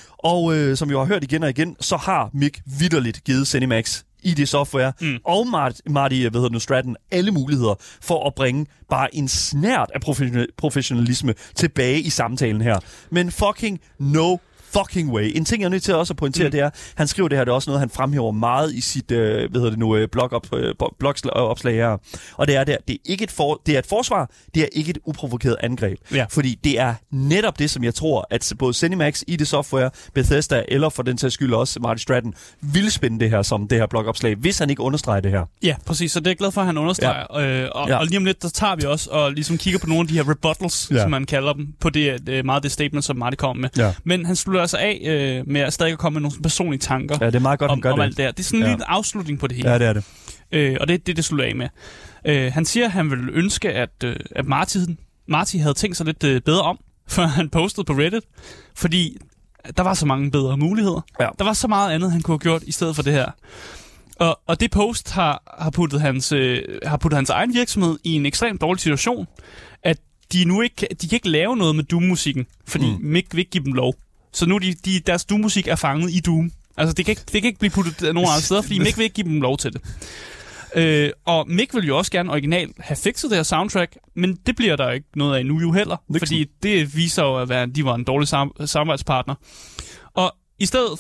Og som vi har hørt igen og igen, så har Mick vitterligt givet ZeniMax ID Software og Marty Stratton alle muligheder for at bringe bare en snert af professionalisme tilbage i samtalen her. Men fucking no fucking way. En ting, jeg er nødt til også at pointere, det er, han skriver det her, det er også noget, han fremhæver meget i sit, blogopslag her. Og det er ikke det er et forsvar, det er ikke et uprovokeret angreb. Ja. Fordi det er netop det, som jeg tror, at både ZeniMax, ID Software, Bethesda, eller for den sags skyld også Marty Stratton, ville spænde det her som det her blogopslag, hvis han ikke understreger det her. Ja, præcis. Så det er jeg glad for, at han understreger. Ja. Og lige om lidt, der tager vi også og ligesom kigger på nogle af de her rebuttals, som man kalder dem, på det meget det statement, som Marty kommer med. Ja. Men han slutter altså af med at stadig komme med nogle personlige tanker. Ja, det er meget godt, han gør om alt det her. Det er sådan en lille afslutning på det hele. Ja, det er det. Og det slutter af med. Han siger, at han ville ønske, at Marty havde tænkt sig lidt bedre om, før han postede på Reddit, fordi der var så mange bedre muligheder. Ja. Der var så meget andet, han kunne have gjort i stedet for det her. Og det post har puttet hans egen virksomhed i en ekstremt dårlig situation, at de kan ikke lave noget med Doom-musikken, fordi Mick vil ikke give dem lov. Så nu deres Doom-musik er fanget i Doom. Altså det kan ikke blive puttet nogen andre steder, fordi Mick vil ikke give dem lov til det. Og Mick vil jo også gerne originalt have fikset det her soundtrack, men det bliver der ikke noget af nu jo heller, fordi det viser jo, at de var en dårlig samarbejdspartner. Og i stedet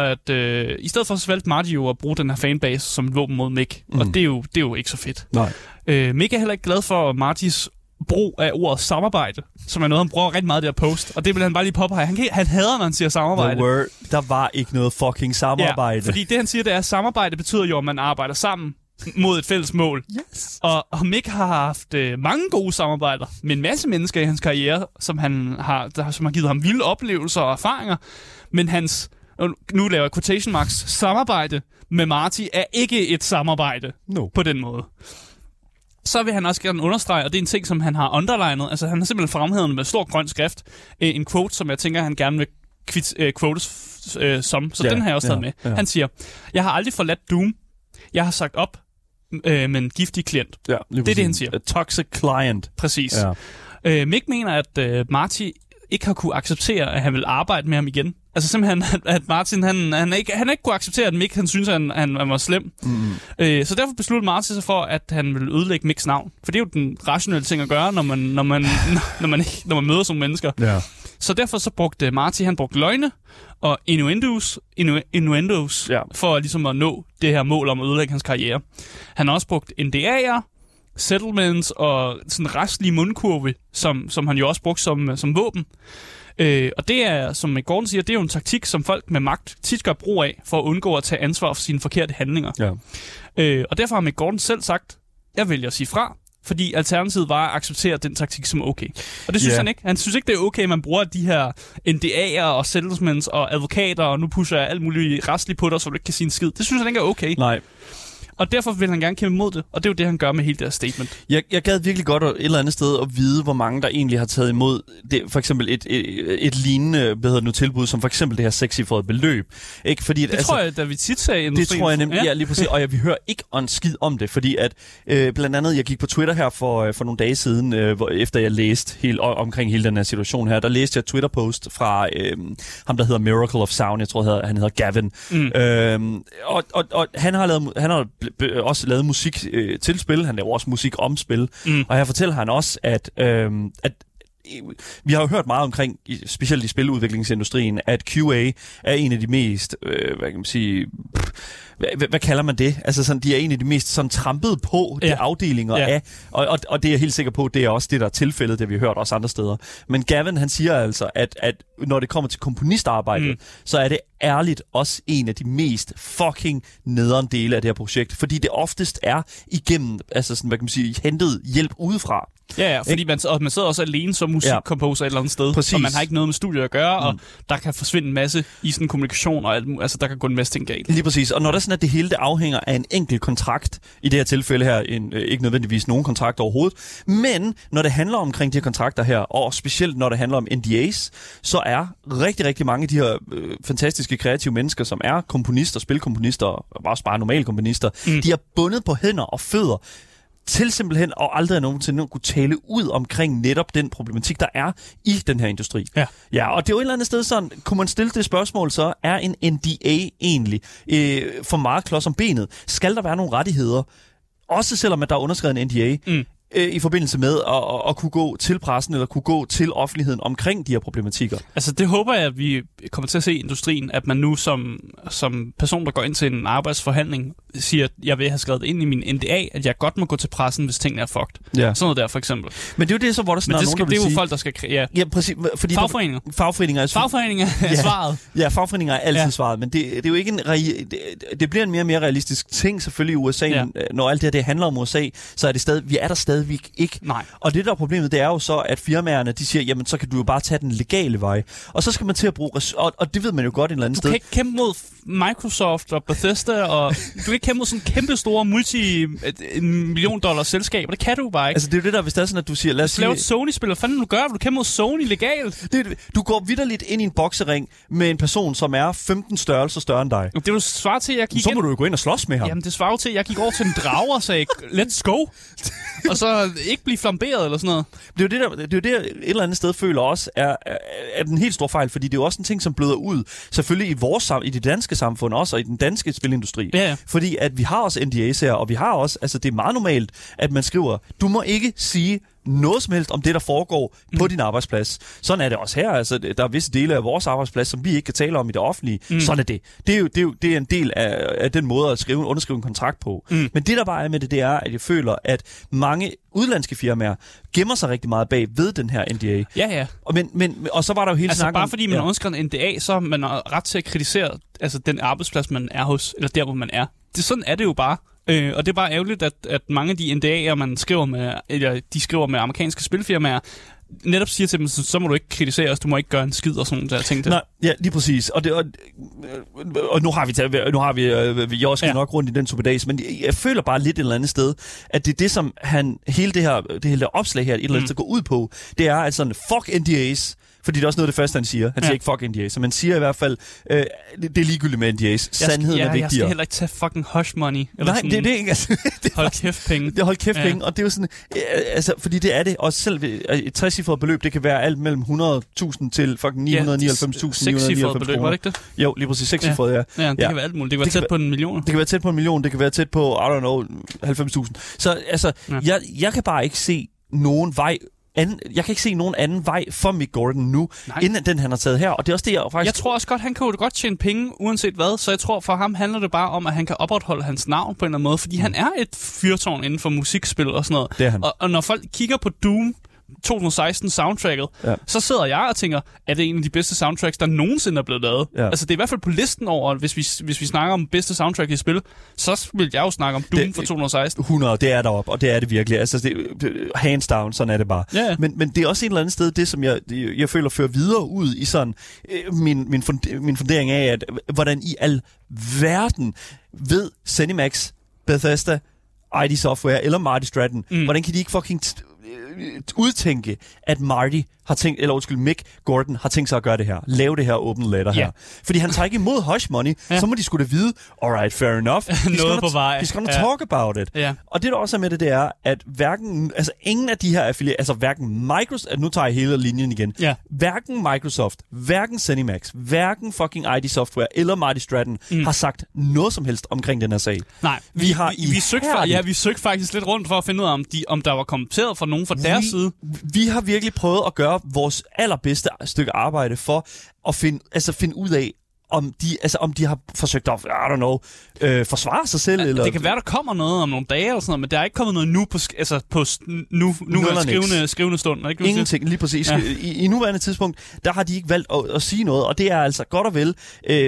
for så valgte Marty jo at bruge den her fanbase som et våben mod Mick, og det er jo ikke så fedt. Nej. Mick er heller ikke glad for Martys brug af ordet samarbejde, som er noget, han bruger rigtig meget i det her post, og det vil han bare lige påpege. Han hader, når han siger samarbejde. Der var ikke noget fucking samarbejde. Ja, fordi det, han siger, det er, at samarbejde betyder jo, at man arbejder sammen mod et fælles mål. Yes. Og Mick har haft mange gode samarbejder med en masse mennesker i hans karriere, som har givet ham vilde oplevelser og erfaringer, men nu laver jeg quotation marks, samarbejde med Marty er ikke et samarbejde på den måde. Så vil han også gerne understrege, og det er en ting, som han har underlinet, altså han har simpelthen fremhævet med stor grøn skrift, en quote, som jeg tænker, han gerne vil quotes som. Så den har jeg også taget med. Ja. Han siger, jeg har aldrig forladt Doom. Jeg har sagt op med en giftig klient. Ja, det er det, han siger. A toxic client. Præcis. Ja. Mick mener, at Marty ikke har kunne acceptere, at han vil arbejde med ham igen. Altså simpelthen, at Martin, han ikke kunne acceptere, at Mick, han synes, at han var slem. Så derfor besluttede Marty sig for, at han ville ødelægge Micks navn. For det er jo den rationelle ting at gøre, når man møder sådan mennesker. Ja. Så derfor så brugte Marty, han brugte løgne og innuendos for ligesom at nå det her mål om at ødelægge hans karriere. Han har også brugt NDA'er, settlements og sådan restlige mundkurve, som han jo også brugte som våben. Og det er, som Gordon siger, det er jo en taktik, som folk med magt tit gør brug af, for at undgå at tage ansvar for sine forkerte handlinger. Ja. Og derfor har Gordon selv sagt, jeg vælger at sige fra, fordi alternativet var at acceptere den taktik som okay. Og det synes han ikke. Han synes ikke, det er okay, at man bruger de her NDA'er og settlements og advokater, og nu pusher jeg alt muligt restligt på dig, så du ikke kan sige en skid. Det synes han ikke er okay. Nej. Og derfor vil han gerne kæmpe mod det, og det er jo det, han gør med hele det her statement. Jeg gad virkelig godt et eller andet sted at vide, hvor mange der egentlig har taget imod det, for eksempel et lignende tilbud, som for eksempel det her sekscifrede beløb. Ikke? Fordi, det tror jeg, da vi tit sagde industrien. Det tror jeg nemlig, ja lige præcis, og vi hører ikke en skid om det, fordi at blandt andet, jeg gik på Twitter her for nogle dage siden, efter jeg læste omkring hele den her situation her, der læste jeg et Twitter-post fra ham, der hedder Miracle of Sound, jeg tror, han hedder Gavin. Og han har også lavet musik til spil. Han laver også musik om spil. Og her fortæller han også, at vi har jo hørt meget omkring, specielt i spiludviklingsindustrien, at QA er en af de mest, hvad kan man sige, hvad kalder man det? Altså sådan, de er en af de mest sådan trampede på de afdelinger af, og det er jeg helt sikker på, det er også det, der er tilfældet, det vi har hørt også andre steder. Men Gavin, han siger altså, at når det kommer til komponistarbejdet, så er det ærligt også en af de mest fucking nederen dele af det her projekt, fordi det oftest er igennem, altså sådan, hvad kan man sige, hentet hjælp udefra. Ja, fordi man sidder også alene som musikkomposer et eller andet sted, præcis. Og man har ikke noget med studiet at gøre, og der kan forsvinde en masse i sådan en kommunikation, og altså der kan gå en masse ting galt. Lige præcis, og når der sådan, at det hele det afhænger af en enkelt kontrakt, i det her tilfælde her, ikke nødvendigvis nogen kontrakt overhovedet, men når det handler omkring de her kontrakter her, og specielt når det handler om NDAs, så er rigtig, rigtig mange af de her fantastiske kreative mennesker, som er komponister, spilkomponister, og også bare normale komponister, de er bundet på hænder og fødder, til simpelthen og aldrig nogensinde kunne tale ud omkring netop den problematik, der er i den her industri. Ja, og det er jo et eller andet sted sådan, kunne man stille det spørgsmål, så er en NDA egentlig for meget klods om benet? Skal der være nogle rettigheder? Også selvom at der er underskrevet en NDA, i forbindelse med at kunne gå til pressen eller kunne gå til offentligheden omkring de her problematikker. Altså det håber jeg, at vi kommer til at se i industrien, at man nu som person, der går ind til en arbejdsforhandling, siger, at jeg vil have skrevet det ind i min NDA, at jeg godt må gå til pressen, hvis tingene er fucked. Ja. Sådan noget der, for eksempel. Men det er jo det, så, hvor der snart nogen, der vil sige... Det er jo folk, der skal... Ja, præcis. Fordi Fagforeninger er svaret. Ja, fagforeninger er altid svaret, men det er jo ikke det bliver en mere og mere realistisk ting selvfølgelig i USA, når alt det her det handler om USA, så er det stadig, vi er der stadigvæk ikke. Nej. Og det der er problemet, det er jo så, at firmaerne, de siger, jamen så kan du jo bare tage den legale vej. Og så skal man til at bruge og det ved man jo godt et eller andet sted. Du kan ikke kæmpe mod Microsoft og Bethesda, og du kan ikke kæmpe mod sådan kæmpe store multi-million-dollar selskaber. Det kan du bare ikke. Altså det er jo det der, hvis det er sådan, at du siger, lad os sige... Lav et Sony-spil, hvad fanden du gør? Du kæmper mod Sony legalt. Du går vitterligt ind i en boksering med en person, som er 15 størrelser større end dig. Det er jo svar til, at jeg gik så må du jo gå ind og slås med ham. Jamen det svarer til, at jeg gik over til en drage og sagde, let's go. Og så ikke blive flamberet eller sådan noget. Det er jo det, et eller andet sted føler også er den helt store fejl, fordi det er jo også en ting, som bløder ud, selvfølgelig i det danske samfund også, og i den danske spilindustri. Ja. Fordi at vi har også NDA's her, og vi har også, altså det er meget normalt, at man skriver, du må ikke sige noget som helst om det, der foregår på din arbejdsplads. Sådan er det også her. Altså, der er visse dele af vores arbejdsplads, som vi ikke kan tale om i det offentlige. Sådan er det. Det er en del af den måde at underskrive en kontrakt på. Men det, der bare er med det er, at jeg føler, at mange udlandske firmaer gemmer sig rigtig meget bag ved den her NDA. Ja. Og så var der jo hele snakken bare fordi man underskriver en NDA, så har man ret til at kritisere den arbejdsplads, man er hos, eller der, hvor man er. Sådan er det jo bare. Og det er bare ærgerligt, at mange af de NDA'er, man skriver med, eller de skriver med amerikanske spilfirmaer, netop siger til dem, så må du ikke kritisere os, du må ikke gøre en skid og sådan der ting. Nej, ja, lige præcis. Og nu har vi Josh nok rundt i den superdags, men jeg føler bare lidt et eller andet sted, at det er det, som hele det her opslag her, et eller andet sted går ud på, det er altså fuck NDA's. Fordi det er også noget af det første, han siger. Han siger ikke fuck NDA. Så man siger i hvert fald, det er ligegyldigt med NDA's. Sandheden er vigtigere. Jeg skal heller ikke tage fucking hush money. Eller nej, det er det ikke. Altså, hold kæft penge. Det er hold kæft penge, og det er jo sådan, altså, fordi det er det. Og selv et 60-cifret beløb, det kan være alt mellem 100.000 til fucking 999.999 beløb, var det ikke det? Jo, lige præcis 6-cifret, ja. Det kan være alt muligt. Det kan være tæt på 1 million. Det kan være tæt på 1 million. Det kan være tæt på, I don't know, 90.000. Så altså, jeg kan bare ikke se nogen vej. Jeg kan ikke se nogen anden vej for Mick Gordon nu, inden den han har taget her. Og det er også det, jeg faktisk... Jeg tror også godt, han kan jo godt tjene penge, uanset hvad. Så jeg tror, for ham handler det bare om, at han kan opretholde hans navn på en eller anden måde. Fordi han er et fyrtårn inden for musikspil og sådan noget. Det er han. Og når folk kigger på Doom 2016 soundtracket, så sidder jeg og tænker, er det en af de bedste soundtracks, der nogensinde er blevet lavet? Ja. Altså det er i hvert fald på listen over, hvis vi snakker om bedste soundtrack i spil, så vil jeg jo snakke om Doom fra 2016. 100, det er deroppe, og det er det virkelig. Altså hands down, sådan er det bare. Ja. Men det er også et eller andet sted, det som jeg føler fører videre ud i sådan min fundering af, at hvordan i al verden ved ZeniMax, Bethesda, ID Software eller Marty Stratton, hvordan kan de ikke fucking udtænke, at Mick Gordon har tænkt sig at gøre det her. Lave det her open letter her. Fordi han tager ikke imod hush money, så må de sgu da vide, alright, fair enough. Noget på vej. He's gonna talk about it. Og det der også er med det er, at ingen af de her affiliater, altså hverken Microsoft, nu tager jeg hele linjen igen, hverken Microsoft, hverken ZeniMax, hverken fucking ID Software eller Marty Stratton har sagt noget som helst omkring den her sag. Nej, vi søgte faktisk lidt rundt for at finde ud af, om der var kommenteret fra nogen fra deres side. Vi har virkelig prøvet at gøre vores allerbedste stykke arbejde for at finde ud af, om de har forsøgt at, forsvare sig selv. Eller... Det kan være, der kommer noget om nogle dage, eller sådan noget, men der er ikke kommet noget nu på skrivende stund. Ikke? Ingenting, lige præcis. Ja. I nuværende tidspunkt, der har de ikke valgt at sige noget, og det er altså godt og vel,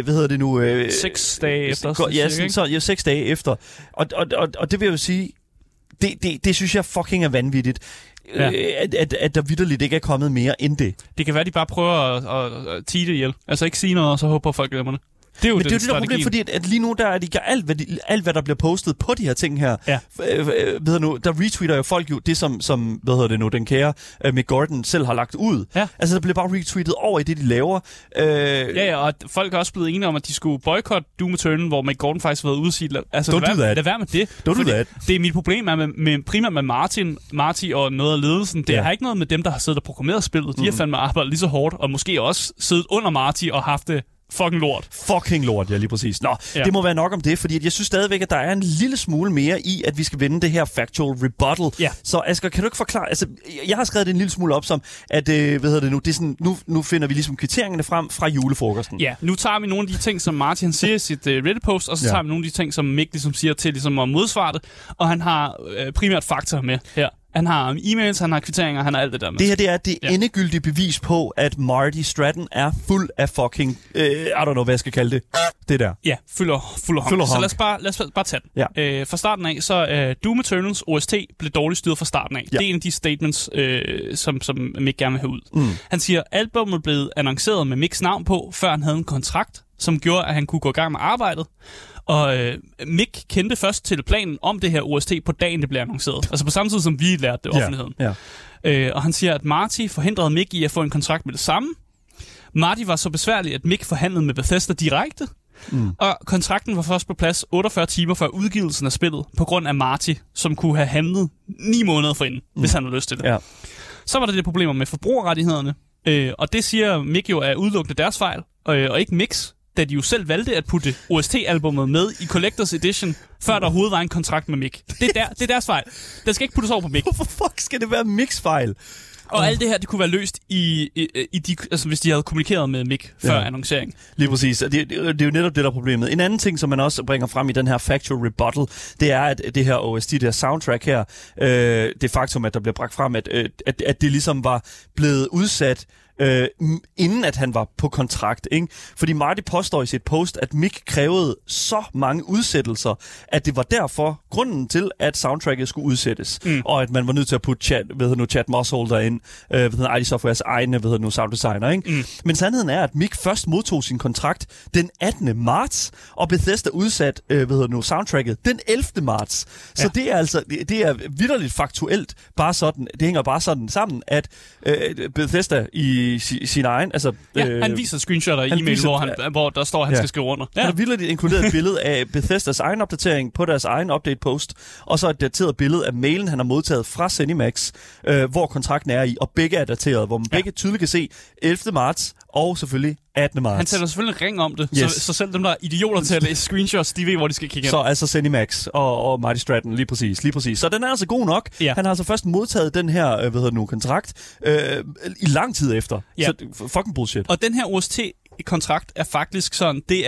6 dage efter. Ja, 6 dage efter. Og det vil jeg jo sige, det synes jeg fucking er vanvittigt. At der vitterligt ikke er kommet mere end det. Det kan være, de bare prøver at tige det ihjel. Altså ikke sige noget, og så håber folk glemmer det. Det er jo det der problem, fordi at lige nu der er de gør alt hvad der bliver postet på de her ting her. Ja. Der retweeter jo folk jo det som den kære Mick Gordon selv har lagt ud. Ja. Altså der bliver bare retweetet over i det de laver. Og folk er også blevet enige om at de skulle boykotte Doom Eternal, hvor Mick Gordon faktisk har været udsiget. Altså lad være med det. Det er mit problem er primært med Marty og noget af ledelsen. Det har ikke noget med dem der har siddet og programmeret spillet. De har fandme arbejdet lige så hårdt og måske også siddet under Marty og haft det fucking lort. Fucking lort, ja, lige præcis. Nå, det må være nok om det, fordi jeg synes stadigvæk, at der er en lille smule mere i, at vi skal vende det her factual rebuttal. Ja. Så Asger, kan du ikke forklare... Altså, jeg har skrevet det en lille smule op som, at, det er sådan, nu finder vi ligesom kvitteringerne frem fra julefrokosten. Ja, nu tager vi nogle af de ting, som Martin siger i sit Reddit-post, og så tager vi nogle af de ting, som Mick ligesom siger til ligesom at modsvare det, og han har primært fakta med her. Han har e-mails, han har kvitteringer, han har alt det der med. Det her, det er det endegyldige bevis på, at Marty Stratton er fuld af fucking... I don't know, hvad jeg skal kalde det. Det der. Ja, fuld af honk. Så lad os bare tage den. Ja. Fra starten af, så Doom Eternals OST blev dårligt styret fra starten af. Ja. Det er en af de statements, som Mick gerne vil have ud. Han siger, albumet blev annonceret med Micks navn på, før han havde en kontrakt, som gjorde, at han kunne gå i gang med arbejdet. Og Mick kendte først til planen om det her OST på dagen, det blev annonceret. Altså på samme tid, som vi lærte det offentligheden. Ja. Og han siger, at Marty forhindrede Mick i at få en kontrakt med det samme. Marty var så besværlig, at Mick forhandlede med Bethesda direkte. Og kontrakten var først på plads 48 timer før udgivelsen af spillet, på grund af Marty, som kunne have handlet 9 måneder forinden, hvis han havde lyst til det. Ja. Så var der det problemer med forbrugerrettighederne. Og det siger Mick jo er udelukkende deres fejl, og ikke Micks, da de jo selv valgte at putte OST-albummet med i Collector's Edition, før der overhovedet var en kontrakt med Mick. Det er deres fejl. Den skal ikke puttes over på Mick. Hvorfor fuck skal det være Micks fejl? Og alt det her, det kunne være løst altså, hvis de havde kommunikeret med Mick før annoncering. Lige præcis. Det er jo netop det, der er problemet. En anden ting, som man også bringer frem i den her factual rebuttal, det er, at det her OST, det her soundtrack her, det faktum, at der bliver bragt frem, at det ligesom var blevet udsat inden at han var på kontrakt, ikke? Fordi Marty påstår i sit post, at Mick krævede så mange udsættelser, at det var derfor grunden til, at soundtracket skulle udsættes. Og at man var nødt til at putte Chad Mossholder ind, ID Softwares egne, sounddesigner, ikke? Men sandheden er, at Mick først modtog sin kontrakt den 18. marts, og Bethesda udsat, soundtracket den 11. marts. Så det er altså, det er vitterligt faktuelt bare sådan, det hænger bare sådan sammen, at Bethesda i sin egen... Altså, han viser screenshotter i e-mail, hvor der står, at han skal skrive under. Han har vildt inkluderet et billede af Bethesdas egen opdatering på deres egen update-post, og så et dateret billede af mailen, han har modtaget fra ZeniMax, hvor kontrakten er i, og begge er dateret, hvor man begge tydeligt kan se 11. marts og selvfølgelig 18. marts. Han sætter selvfølgelig en ring om det, så selv dem, der er idioter til at læse screenshots, de ved, hvor de skal kigge ind. Så altså ZeniMax og Marty Stratton, lige præcis. Så den er altså god nok. Ja. Han har altså først modtaget den her, kontrakt i lang tid efter. Ja. Så fucking bullshit. Og den her OST-kontrakt er faktisk sådan, det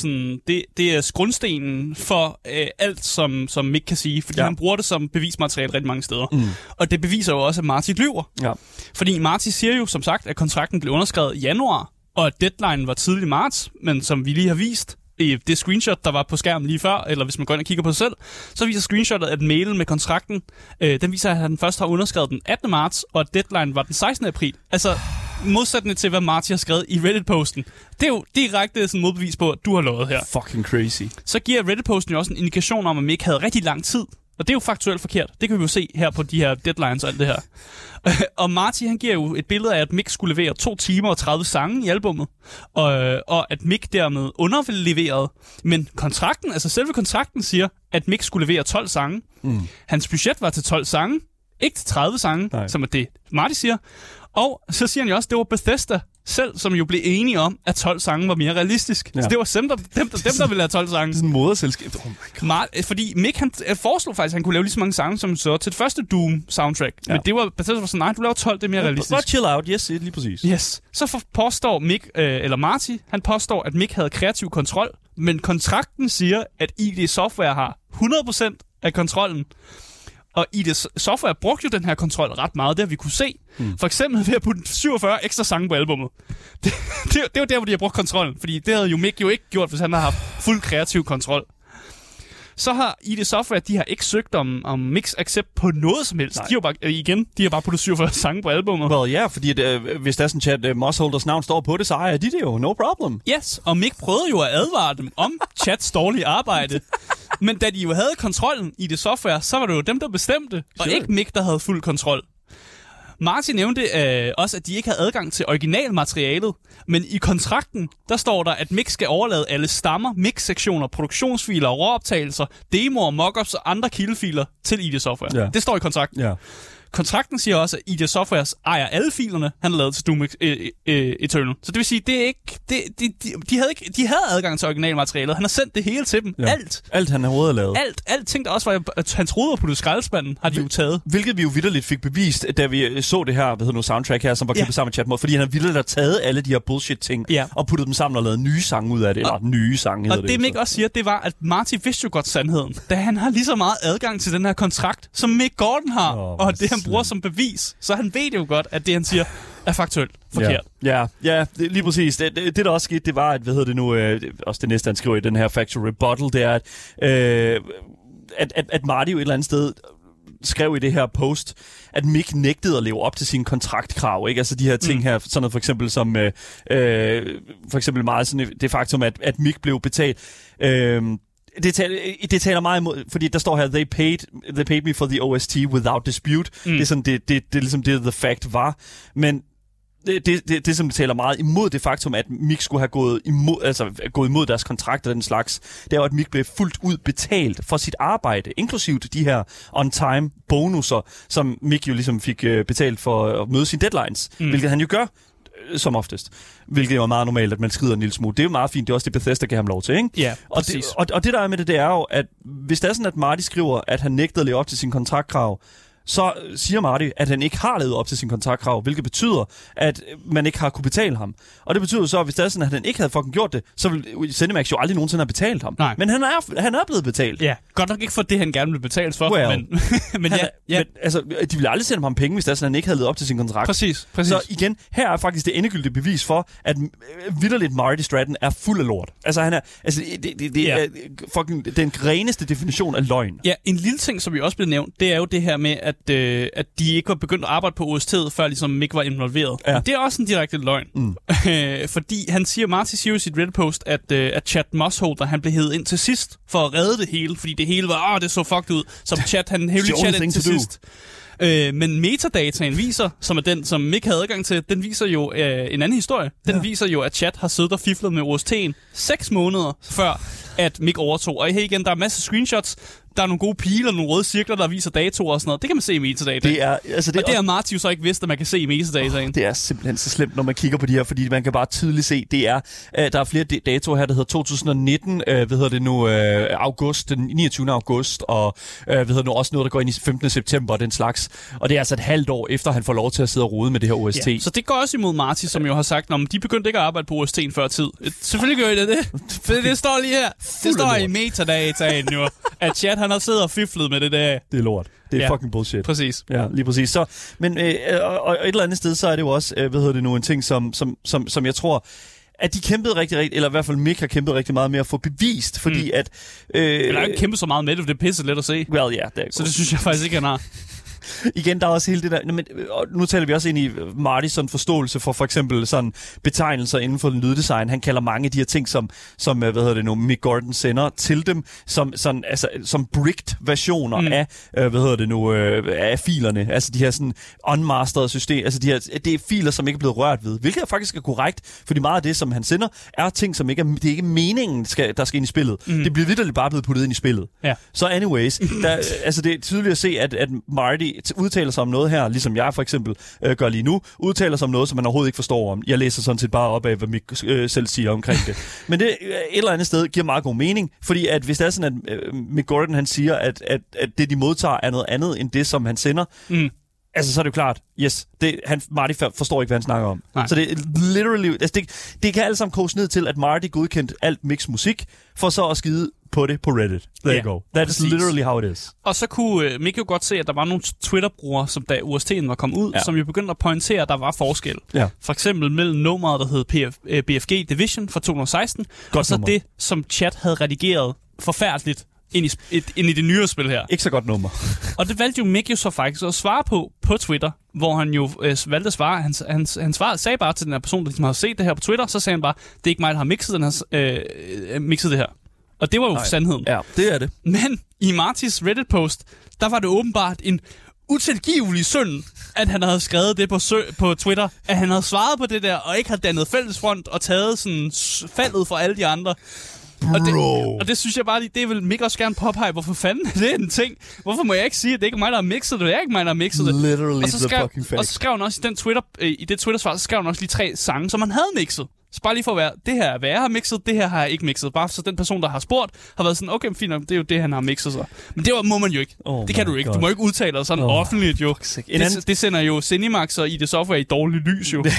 er grundstenen for alt, som Mick kan sige, fordi han bruger det som bevismateriale rigtig mange steder. Og det beviser jo også, at Marty lyver. Ja. Fordi Marty siger jo, som sagt, at kontrakten blev underskrevet i januar, og at deadline var tidlig i marts, men som vi lige har vist i det screenshot, der var på skærmen lige før, eller hvis man går ind og kigger på det selv, så viser screenshotet, at mailen med kontrakten, den viser, at han først har underskrevet den 18. marts, og at deadline var den 16. april. Altså, modsættende til, hvad Marty har skrevet i Reddit-posten. Det er jo direkte sådan modbevis på, at du har lovet her. Fucking crazy. Så giver Reddit-posten jo også en indikation om, at Mick havde rigtig lang tid. Og det er jo faktuelt forkert. Det kan vi jo se her på de her deadlines og alt det her. Og Marty, han giver jo et billede af, at Mick skulle levere 2 timer og 30 sange i albummet. Og at Mick dermed underleverede. Men kontrakten, altså selve kontrakten siger, at Mick skulle levere 12 sange. Hans budget var til 12 sange. Ikke til 30 sange, som er det Marty siger. Og så siger han jo også, at det var Bethesda selv, som jo blev enige om, at 12 sange var mere realistisk. Ja. Så det var dem, der ville have 12 sange. Det er sådan en moderselskab. Oh my God. Fordi Mick, han foreslog faktisk, at han kunne lave lige så mange sange, som så til det første Doom-soundtrack. Ja. Men det var Bethesda var sådan, nej, du laver 12, det er mere realistisk. Bare chill out, yes, lige præcis. Yes. Så påstår Mick, eller Marty, han påstår, at Mick havde kreativ kontrol, men kontrakten siger, at ID Software har 100% af kontrollen. Og ID Software brugte jo den her kontrol ret meget, det har vi kunne se. For eksempel ved at putte 47 ekstra sange på albummet. Det var der, hvor de har brugt kontrollen, fordi det havde jo Mick jo ikke gjort, hvis han havde haft fuld kreativ kontrol. Så har ID Software, de har ikke søgt om Micks accept på noget som helst. De har bare puttet 47 sange på albummet. Well, ja, fordi hvis der er sådan Chad Mossholders navn står på det, så ejer de det jo. No problem. Yes, og Mick prøvede jo at advare dem om Chads dårlige arbejde. Men da de jo havde kontrollen i det software, så var det jo dem, der bestemte, og ikke Mick, der havde fuld kontrol. Martin nævnte også, at de ikke havde adgang til originalmaterialet, men i kontrakten, der står der, at Mick skal overlade alle stammer, mix-sektioner, produktionsfiler, råoptagelser, demoer, mockups og andre kildefiler til ID Software. Yeah. Det står i kontrakten. Yeah. Kontrakten siger også, at ID Softwares ejer alle filerne, han har lavet til Doom Eternal. Så det vil sige, det er ikke... De havde adgang til originalmaterialet. Han har sendt det hele til dem. Ja. Alt han overhovedet lavet. Alt ting, der også var, at han troede var på det skraldespanden, har de jo taget. Hvilket vi jo vitterligt fik bevist, da vi så det her, soundtrack her, som var klippet sammen med Chatmod, fordi han har vitterligt taget alle de her bullshit-ting og puttet dem sammen og lavet nye sange ud af det, eller nye sange hedder det. Og det Mick også siger, det var, at Marty vidste jo godt sandheden, da han har lige så meget adgang til den her kontrakt, som Mick Gordon har, og det han bruger som bevis. Så han ved jo godt, at det han siger er faktuelt forkert. Ja, lige præcis. Det der også skete, det var, at, også det næste, han skriver i den her factual rebuttal, det er, at Marty jo et eller andet sted skrev i det her post, at Mick nægtede at leve op til sine kontraktkrav, ikke? Altså de her ting her, sådan noget for eksempel som, for eksempel meget sådan det faktum, at Mick blev betalt. Det taler meget imod, fordi der står her, they paid me for the OST without dispute. Det er sådan, det er ligesom det, the fact var. Men det som det taler meget imod det faktum, at Mick skulle have gået imod deres kontrakt og den slags, det er jo, at Mick blev fuldt ud betalt for sit arbejde, inklusivt de her on-time bonusser, som Mick jo ligesom fik betalt for at møde sine deadlines, hvilket han jo gør som oftest. Hvilket jo er meget normalt, at man skrider en lille smule. Det er jo meget fint. Det er også det, Bethesda gav ham lov til, ikke? Ja, præcis. Og det der er med det er jo, at hvis det er sådan, at Marty skriver, at han nægtede at leve op til sin kontraktkrav, så siger Marty, at han ikke har levet op til sin kontraktkrav, hvilket betyder, at man ikke har kunne betale ham. Og det betyder så, at hvis det er sådan, at han ikke havde fucking gjort det, så vil ZeniMax jo aldrig nogensinde have betalt ham. Nej. Men han er blevet betalt. Ja, godt nok ikke for det, han gerne vil betales for, men men altså, de ville aldrig sende ham penge, hvis det er sådan, at han ikke havde levet op til sin kontrakt. Præcis. Så igen, her er faktisk det endegyldige bevis for, at vitterligt Marty Stratton er fuld af lort. Altså, han er, det er fucking den reneste definition af løgn. Ja, en lille ting, som vi også blev nævnt, det er jo det her med, at de ikke var begyndt at arbejde på OST'et, før ligesom Mick var involveret. Ja. Det er også en direkte løgn. Fordi han siger, Marty siger i sit Reddit-post, at Chad Mossholder, han blev hevet ind til sidst for at redde det hele, fordi det hele var, det så fucked ud, som Chad, han hævde Chad ind til sidst. Men metadataen viser, som er den, som Mick havde adgang til, den viser jo en anden historie. Den viser jo, at Chad har siddet og fiflet med OST'en 6 måneder før, at Mick overtog. Og her igen, der er masser af screenshots. Der er nogle gode pile og nogle røde cirkler, der viser datoer og sådan noget. Det kan man se i metadata. Det er Marty jo så ikke vidst, at man kan se i metadataen. Det er simpelthen så slemt, når man kigger på de her, fordi man kan bare tydeligt se, det er, der er flere datoer her, der hedder 2019, august, den 29. august, og også noget, der går ind i 15. september og den slags. Og det er altså et halvt år efter, han får lov til at sidde og rode med det her OST. Ja, så det går også imod Marty, som jo har sagt, at de begyndte ikke at arbejde på OST'en før tid. Selvfølgelig gør I det. Det står lige her. Det står i metadataen jo, at Chad han har siddet og fiflet med det der. Det er lort. Det er fucking bullshit. Præcis. Ja, lige præcis. Så, men og et eller andet sted, så er det jo også, en ting, som jeg tror, at de kæmpede rigtig, eller i hvert fald Mick har kæmpet rigtig meget med at få bevist, fordi at... Eller ikke kæmpet så meget med det, det er pisse let at se. Well, yeah, så det synes jeg faktisk ikke, han har. Igen, der er også hele det der... Men, nu taler vi også ind i Martys sådan forståelse for eksempel sådan betegnelser inden for lyddesign. Han kalder mange af de her ting, som Mick Gordon sender til dem, som bricked versioner af filerne. Altså de her sådan unmastered system. Altså det er filer, som ikke er blevet rørt ved. Hvilket faktisk er korrekt, fordi meget af det, som han sender, er ting, som ikke er... Det er ikke meningen, der skal ind i spillet. Det bliver vitterligt bare blevet puttet ind i spillet. Ja. Så anyways, det er tydeligt at se, at Marty udtaler sig om noget her, ligesom jeg for eksempel gør lige nu, udtaler sig om noget, som man overhovedet ikke forstår om. Jeg læser sådan set bare op af, hvad Mick selv siger omkring det. Men det et eller andet sted giver meget god mening, fordi at hvis det er sådan, at Mick Gordon han siger, at det de modtager er noget andet end det, som han sender, altså så er det jo klart, Marty forstår ikke, hvad han snakker om. Nej. Så det er literally, altså det kan alt sammen koges ned til, at Marty godkendt alt Micks musik, for så at skide på det på Reddit. There you go. That is literally how it is. Og så kunne Mick jo godt se, at der var nogle Twitter-brugere, som da OST'en var kommet ud, som jo begyndte at pointere, at der var forskel. Ja. For eksempel mellem nummeret, der hed BFG Division fra 2016, og så det, som Chat havde redigeret forfærdeligt ind i det nyere spil her. Ikke så godt nummer. Og det valgte jo Mick jo så faktisk at svare på Twitter, hvor han jo valgte at svare. Han sagde bare til den her person, der havde set det her på Twitter, så sagde han bare, det er ikke mig, der har mixet det her. Og det var jo sandheden. Ja, det er det. Men i Martys Reddit-post, der var det åbenbart en utilgivelig synd, at han havde skrevet det på Twitter, at han havde svaret på det der, og ikke havde dannet fællesfront og taget sådan faldet for alle de andre. Og det synes jeg bare, det vil Mick også gerne påpege. Hvorfor fanden er det en ting? Hvorfor må jeg ikke sige, at det ikke er mig, der har mixet det? Det er ikke mig, der har mixet det. Literally og så skrev han også i det Twitter-svar, så skrev han også lige 3 sange, som han havde mixet. Så bare lige for at være, det her er, hvad jeg har mixet, det her har jeg ikke mixet. Bare så den person, der har spurgt, har været sådan, okay, fint, det er jo det, han har mixet så. Men det må man jo ikke. Det kan du ikke. God. Du må ikke udtale dig sådan offentligt, jo. Det sender jo Cinemax og ID Software i dårligt lys, jo.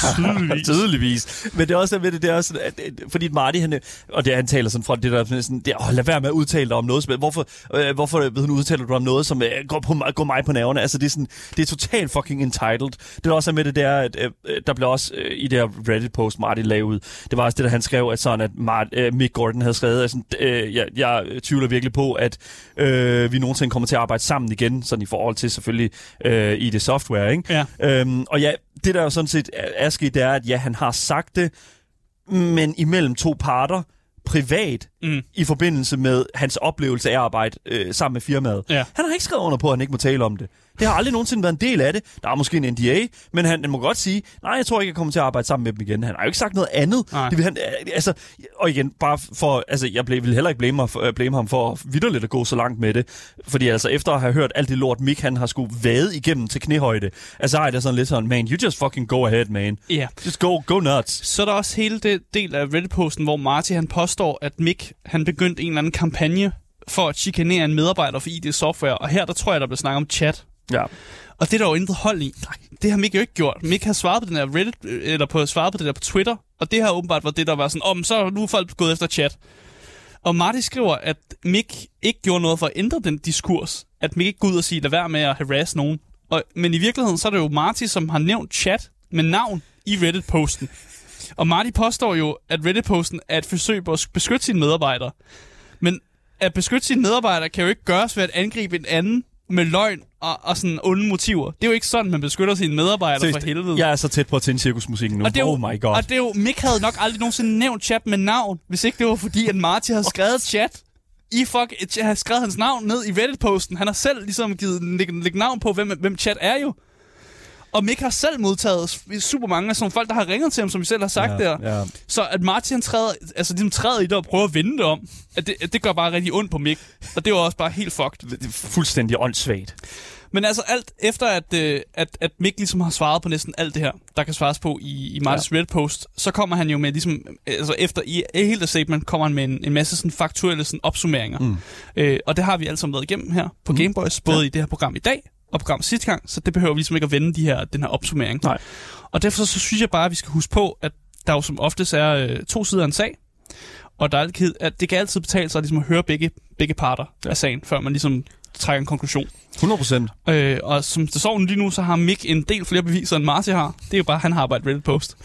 Tydeligvis. Men det er også ved det er også, at, fordi Marty, han taler sådan fra det der sådan, lad være med at udtale dig om noget. Hvorfor udtaler du om noget, som går mig på nerverne? Altså, det er totalt fucking entitled. Det er også med det der, at der blev også i det her Reddit-post, Marty lagde ud. Det var også det, der han skrev, at sådan, at Mick Gordon havde skrevet, at sådan, jeg tvivler virkelig på, at vi nogensinde kommer til at arbejde sammen igen, sådan i forhold til selvfølgelig i det software, ikke? Ja. Og ja, det der jo sådan set er sket, det er, at ja, han har sagt det, men imellem 2 parter, privat, i forbindelse med hans oplevelse af at arbejde sammen med firmaet. Ja. Han har ikke skrevet under på, at han ikke må tale om det. Det har aldrig nogensinde været en del af det. Der er måske en NDA, men han må godt sige, nej, jeg tror ikke, jeg kommer til at arbejde sammen med dem igen. Han har jo ikke sagt noget andet. Det vil han, altså, og igen, bare for, altså, jeg vil heller ikke blame ham for vitterligt at gå så langt med det. Fordi altså, efter at have hørt alt det lort, Mick, han har skulle vade igennem til knæhøjde, altså er det sådan lidt sådan, man, you just fucking go ahead, man. Yeah. Just go nuts. Så er der også hele det del af Reddit-posten, hvor Marty, han påstår, at Mick, han begyndte en eller anden kampagne for at chikanere en medarbejder for ID Software, og her, der tror jeg, der bliver snakket om chat. Ja. Og det er der jo intet hold i. Det har Mick jo ikke gjort. Mick har svaret på den der Reddit, eller svaret på det der på Twitter, og det har åbenbart været det, der var sådan, så nu er folk gået efter chat. Og Marty skriver, at Mick ikke gjorde noget for at ændre den diskurs. At Mick ikke går ud og siger, lad være med at harass nogen. Men i virkeligheden, så er det jo Marty, som har nævnt chat med navn i Reddit-posten. Og Marty påstår jo, at Reddit-posten er et forsøg på at beskytte sine medarbejdere. Men at beskytte sine medarbejdere kan jo ikke gøres ved at angribe en anden med løgn og sådan onde motiver. Det er jo ikke sådan, man beskytter sine medarbejdere for helvede. Jeg er så tæt på at tænde cirkusmusikken nu. Oh my god. Og det er jo, Mick havde nok aldrig nogensinde nævnt chat med navn, hvis ikke det var fordi, at Marty havde skrevet chat. Havde skrevet hans navn ned i Reddit-posten. Han har selv ligesom givet lægge navn på, hvem chat er jo. Og Mick har selv modtaget super mange af sådan folk, der har ringet til ham, som vi selv har sagt der. Ja. Så at Martin træder i det og prøver at vende det om, det gør bare rigtig ondt på Mick. Og det var også bare helt fucked. Det er fuldstændig åndssvagt. Men altså alt efter, at Mick ligesom har svaret på næsten alt det her, der kan svares på i Martys Reddit-post, så kommer han jo med ligesom, altså efter i hele det statement, kommer han med en masse sådan faktuelle sådan opsummeringer. Og det har vi alle sammen været igennem her på Gameboys, både i det her program i dag, og programmet sidste gang, så det behøver vi ligesom ikke at vende den her opsummering. Nej. Og derfor så synes jeg bare, at vi skal huske på, at der jo som oftest er 2 sider af en sag, og der er altid, at det kan altid betale sig ligesom at høre begge parter af sagen, før man ligesom trækker en konklusion. 100%. Og som det står lige nu, så har Mick en del flere beviser, end Marty har. Det er jo bare, han har arbejdet Reddit-post.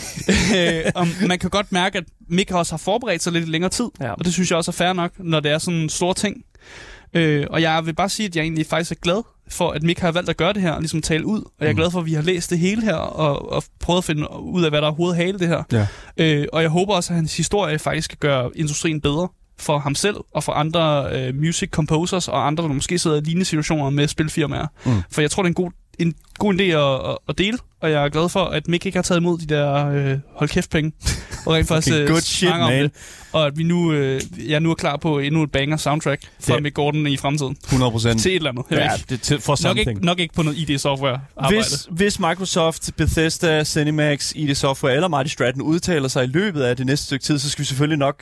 Og man kan godt mærke, at Mick også har forberedt sig lidt i længere tid, og det synes jeg også er fair nok, når det er sådan en stor ting. Og jeg vil bare sige, at jeg egentlig faktisk er glad for, at Mick har valgt at gøre det her, og ligesom tale ud. Og jeg er glad for, at vi har læst det hele her, og prøvet at finde ud af, hvad der er overhovedet hale det her. Ja. Og jeg håber også, at hans historie faktisk skal gøre industrien bedre for ham selv, og for andre music composers, og andre, der måske sidder i lignende situationer med spilfirmaer. For jeg tror, det er en god idé at dele, og jeg er glad for, at Mick ikke har taget imod de der hold kæft penge, og rent faktisk snakker om det. Og at vi nu, jeg nu er klar på endnu et banger soundtrack fra Mick Gordon i fremtiden. 100%. Til et eller andet. Ja, det er for something. Nok ikke på noget ID Software arbejde. Hvis Microsoft, Bethesda, Cinemax, ID Software eller Marty Stratton udtaler sig i løbet af det næste stykke tid, så skal vi selvfølgelig nok,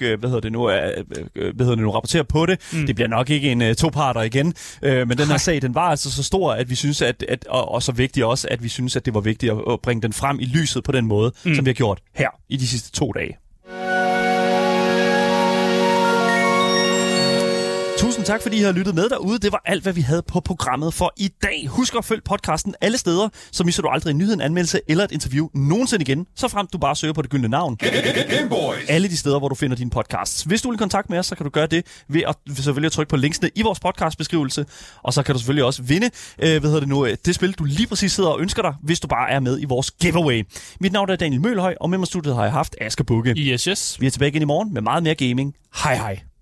rapportere på det. Det bliver nok ikke en toparter igen, men den her sag, den var altså så stor, at vi synes, og så vigtigt også, at vi synes, at det var vigtigt at bringe den frem i lyset på den måde, som vi har gjort her i de sidste 2 dage. Tusind tak, fordi I har lyttet med derude. Det var alt, hvad vi havde på programmet for i dag. Husk at følge podcasten alle steder, så misser du aldrig en nyhed, en anmeldelse eller et interview nogensinde igen, så frem du bare søger på det gyldne navn. Alle de steder, hvor du finder dine podcasts. Hvis du vil i kontakt med os, så kan du gøre det ved at selvfølgelig trykke på linksene i vores podcastbeskrivelse. Og så kan du selvfølgelig også vinde det spil, du lige præcis sidder og ønsker dig, hvis du bare er med i vores giveaway. Mit navn er Daniel Mølhøj, og med mig i studiet har jeg haft Asger Bugge. Yes. Vi er tilbage igen i morgen med meget mere gaming. Hej hej.